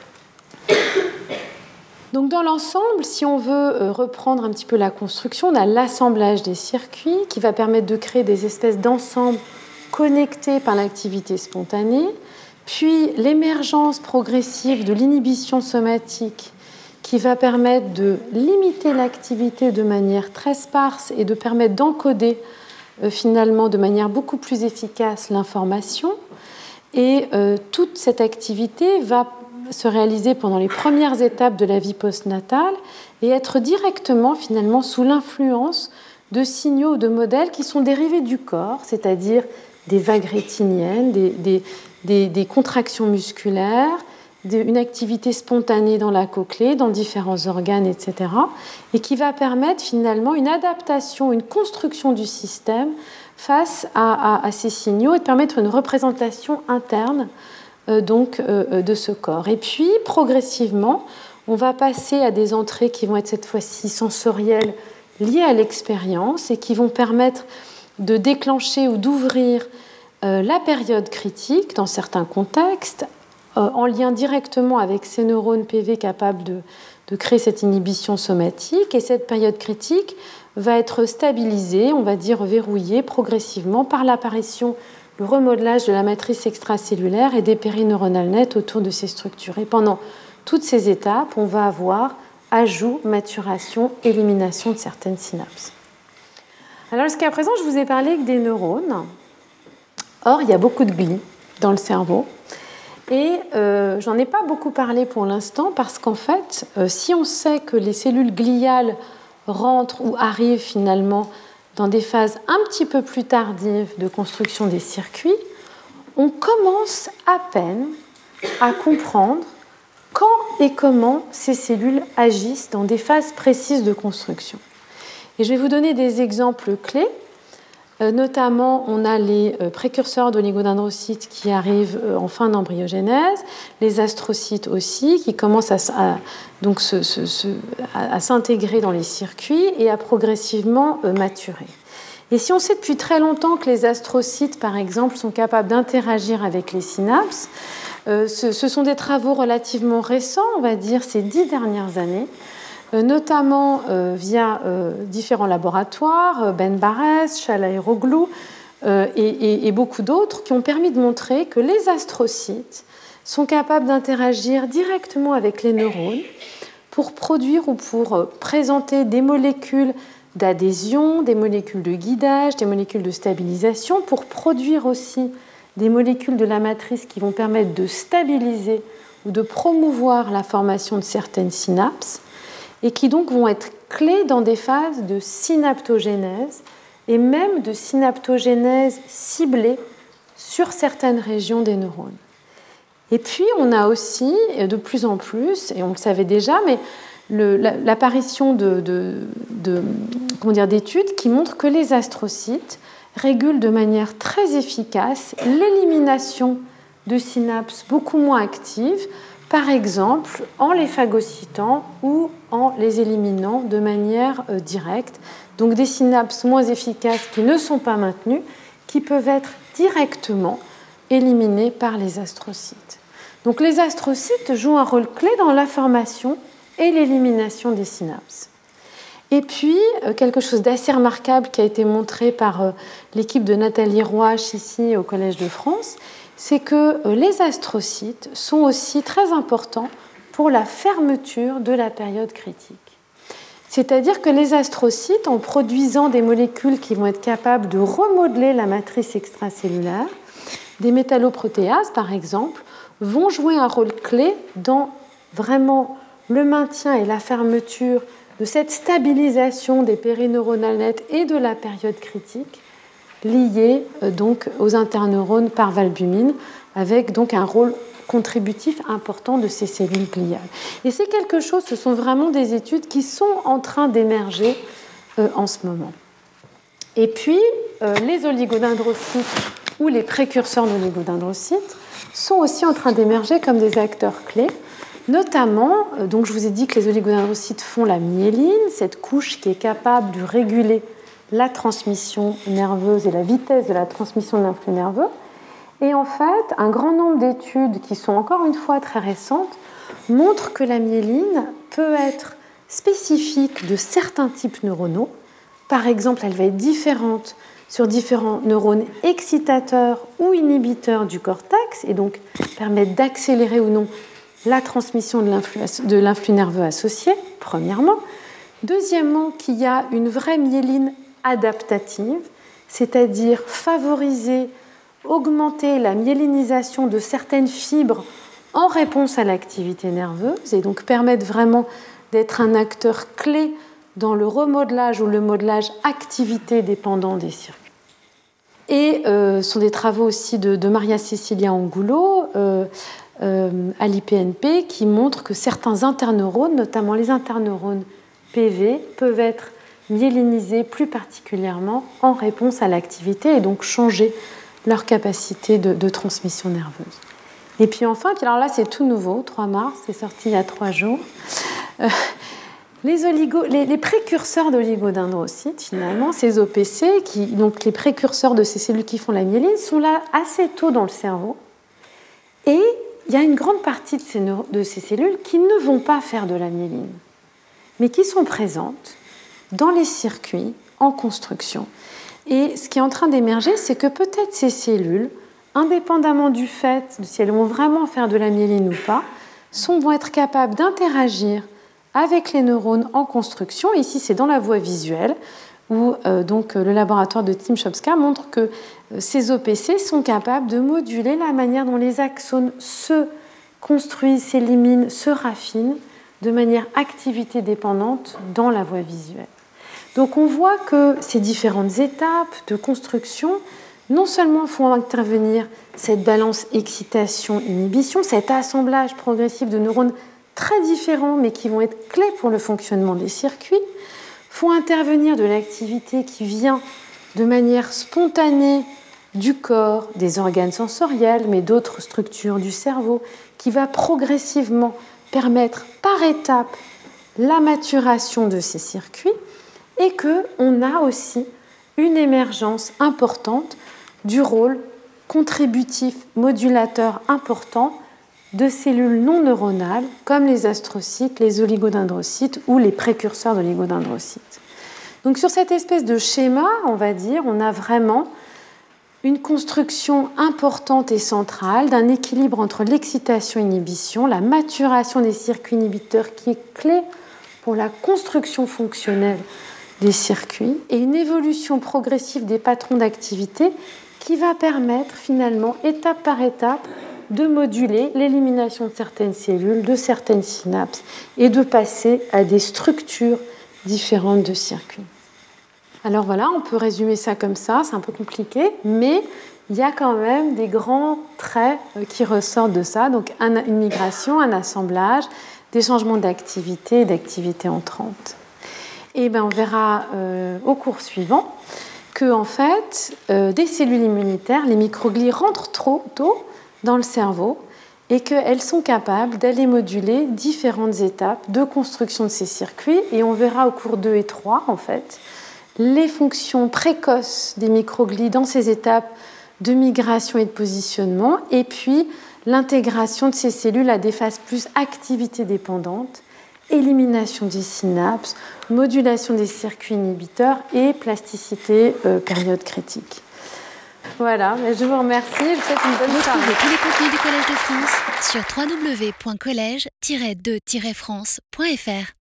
Speaker 2: Donc dans l'ensemble, si on veut reprendre un petit peu la construction, on a l'assemblage des circuits qui va permettre de créer des espèces d'ensembles connectés par l'activité spontanée, puis l'émergence progressive de l'inhibition somatique qui va permettre de limiter l'activité de manière très sparse et de permettre d'encoder euh, finalement de manière beaucoup plus efficace l'information. Et euh, toute cette activité va se réaliser pendant les premières étapes de la vie postnatale et être directement finalement sous l'influence de signaux ou de modèles qui sont dérivés du corps, c'est-à-dire des vagues rétiniennes, des, des, des, des contractions musculaires, des, une activité spontanée dans la cochlée, dans différents organes, et cetera, et qui va permettre finalement une adaptation, une construction du système face à, à, à ces signaux et permettre une représentation interne Euh, donc euh, de ce corps. Et puis, progressivement, on va passer à des entrées qui vont être cette fois-ci sensorielles liées à l'expérience et qui vont permettre de déclencher ou d'ouvrir euh, la période critique dans certains contextes, euh, en lien directement avec ces neurones P V capables de, de créer cette inhibition somatique. Et cette période critique va être stabilisée, on va dire verrouillée progressivement par l'apparition le remodelage de la matrice extracellulaire et des périneuronales nettes autour de ces structures. Et pendant toutes ces étapes, on va avoir ajout, maturation, élimination de certaines synapses. Alors jusqu'à présent, je vous ai parlé que des neurones. Or, il y a beaucoup de glis dans le cerveau. Et euh, j'en ai pas beaucoup parlé pour l'instant parce qu'en fait, euh, si on sait que les cellules gliales rentrent ou arrivent finalement dans des phases un petit peu plus tardives de construction des circuits, on commence à peine à comprendre quand et comment ces cellules agissent dans des phases précises de construction. Et je vais vous donner des exemples clés. Euh, notamment, on a les euh, précurseurs d'oligodendrocytes qui arrivent euh, en fin d'embryogenèse, les astrocytes aussi, qui commencent à, à, donc se, se, se, à, à s'intégrer dans les circuits et à progressivement euh, maturer. Et si on sait depuis très longtemps que les astrocytes, par exemple, sont capables d'interagir avec les synapses, euh, ce, ce sont des travaux relativement récents, on va dire ces dix dernières années, notamment euh, via euh, différents laboratoires, Ben Barres, Chalaïroglou euh, et, et, et beaucoup d'autres, qui ont permis de montrer que les astrocytes sont capables d'interagir directement avec les neurones pour produire ou pour présenter des molécules d'adhésion, des molécules de guidage, des molécules de stabilisation, pour produire aussi des molécules de la matrice qui vont permettre de stabiliser ou de promouvoir la formation de certaines synapses, et qui donc vont être clés dans des phases de synaptogénèse et même de synaptogénèse ciblée sur certaines régions des neurones. Et puis, on a aussi, de plus en plus, et on le savait déjà, mais le, l'apparition de, de, de, comment dire, d'études qui montrent que les astrocytes régulent de manière très efficace l'élimination de synapses beaucoup moins actives, par exemple en les phagocytant ou en les éliminant de manière euh, directe. Donc des synapses moins efficaces qui ne sont pas maintenues, qui peuvent être directement éliminées par les astrocytes. Donc les astrocytes jouent un rôle clé dans la formation et l'élimination des synapses. Et puis, quelque chose d'assez remarquable qui a été montré par l'équipe de Nathalie Rouache ici au Collège de France, c'est que les astrocytes sont aussi très importants pour la fermeture de la période critique. C'est-à-dire que les astrocytes, en produisant des molécules qui vont être capables de remodeler la matrice extracellulaire, des métalloprotéases par exemple, vont jouer un rôle clé dans vraiment le maintien et la fermeture de cette stabilisation des périneuronales nettes et de la période critique liée donc aux interneurones par valbumine, avec donc un rôle contributif important de ces cellules gliales. Et c'est quelque chose, ce sont vraiment des études qui sont en train d'émerger euh, en ce moment. Et puis, euh, les oligodendrocytes ou les précurseurs d'oligodendrocytes sont aussi en train d'émerger comme des acteurs clés. Notamment, donc je vous ai dit que les oligodendrocytes font la myéline, cette couche qui est capable de réguler la transmission nerveuse et la vitesse de la transmission de l'influx nerveux. Et en fait, un grand nombre d'études qui sont encore une fois très récentes montrent que la myéline peut être spécifique de certains types neuronaux. Par exemple, elle va être différente sur différents neurones excitateurs ou inhibiteurs du cortex et donc permettre d'accélérer ou non la transmission de l'influx, de l'influx nerveux associé, premièrement. Deuxièmement, qu'il y a une vraie myéline adaptative, c'est-à-dire favoriser, augmenter la myélinisation de certaines fibres en réponse à l'activité nerveuse et donc permettre vraiment d'être un acteur clé dans le remodelage ou le modelage activité dépendant des circuits. Et euh, ce sont des travaux aussi de, de Maria Cecilia Angulo, euh, Euh, à l'I P N P qui montre que certains interneurones, notamment les interneurones P V, peuvent être myélinisés plus particulièrement en réponse à l'activité et donc changer leur capacité de, de transmission nerveuse. Et puis enfin, puis alors là c'est tout nouveau, trois mars, c'est sorti il y a trois jours, euh, les, oligo, les, les précurseurs d'oligodendrocytes, finalement, ces O P C, qui, donc les précurseurs de ces cellules qui font la myéline, sont là assez tôt dans le cerveau et il y a une grande partie de ces, neuro- de ces cellules qui ne vont pas faire de la myéline, mais qui sont présentes dans les circuits en construction. Et ce qui est en train d'émerger, c'est que peut-être ces cellules, indépendamment du fait de si elles vont vraiment faire de la myéline ou pas, sont, vont être capables d'interagir avec les neurones en construction. Ici, c'est dans la voie visuelle, où euh, donc, le laboratoire de Tim Shopska montre que euh, ces O P C sont capables de moduler la manière dont les axones se construisent, s'éliminent, se raffinent de manière activité dépendante dans la voie visuelle. Donc on voit que ces différentes étapes de construction non seulement font intervenir cette balance excitation-inhibition, cet assemblage progressif de neurones très différents mais qui vont être clés pour le fonctionnement des circuits, font intervenir de l'activité qui vient de manière spontanée du corps, des organes sensoriels, mais d'autres structures du cerveau, qui va progressivement permettre par étapes la maturation de ces circuits, et qu'on a aussi une émergence importante du rôle contributif modulateur important de cellules non neuronales comme les astrocytes, les oligodendrocytes ou les précurseurs d'oligodendrocytes. Donc sur cette espèce de schéma, on va dire, on a vraiment une construction importante et centrale d'un équilibre entre l'excitation et l'inhibition, la maturation des circuits inhibiteurs qui est clé pour la construction fonctionnelle des circuits et une évolution progressive des patrons d'activité qui va permettre finalement, étape par étape, de moduler l'élimination de certaines cellules, de certaines synapses et de passer à des structures différentes de circuits. Alors voilà, on peut résumer ça comme ça, c'est un peu compliqué, mais il y a quand même des grands traits qui ressortent de ça, donc une migration, un assemblage, des changements d'activité et d'activité entrante. Et bien on verra euh, au cours suivant que en fait, euh, des cellules immunitaires, les microglies rentrent trop tôt dans le cerveau et qu'elles sont capables d'aller moduler différentes étapes de construction de ces circuits. Et on verra au cours deux et trois, en fait, les fonctions précoces des microglies dans ces étapes de migration et de positionnement, et puis l'intégration de ces cellules à des phases plus activité dépendante, élimination des synapses, modulation des circuits inhibiteurs et plasticité euh, période critique. Voilà, je vous remercie, je vous souhaite une bonne soirée.
Speaker 1: Retrouvez tous les contenus du Collège de France sur w w w point collège tiret de tiret france point f r.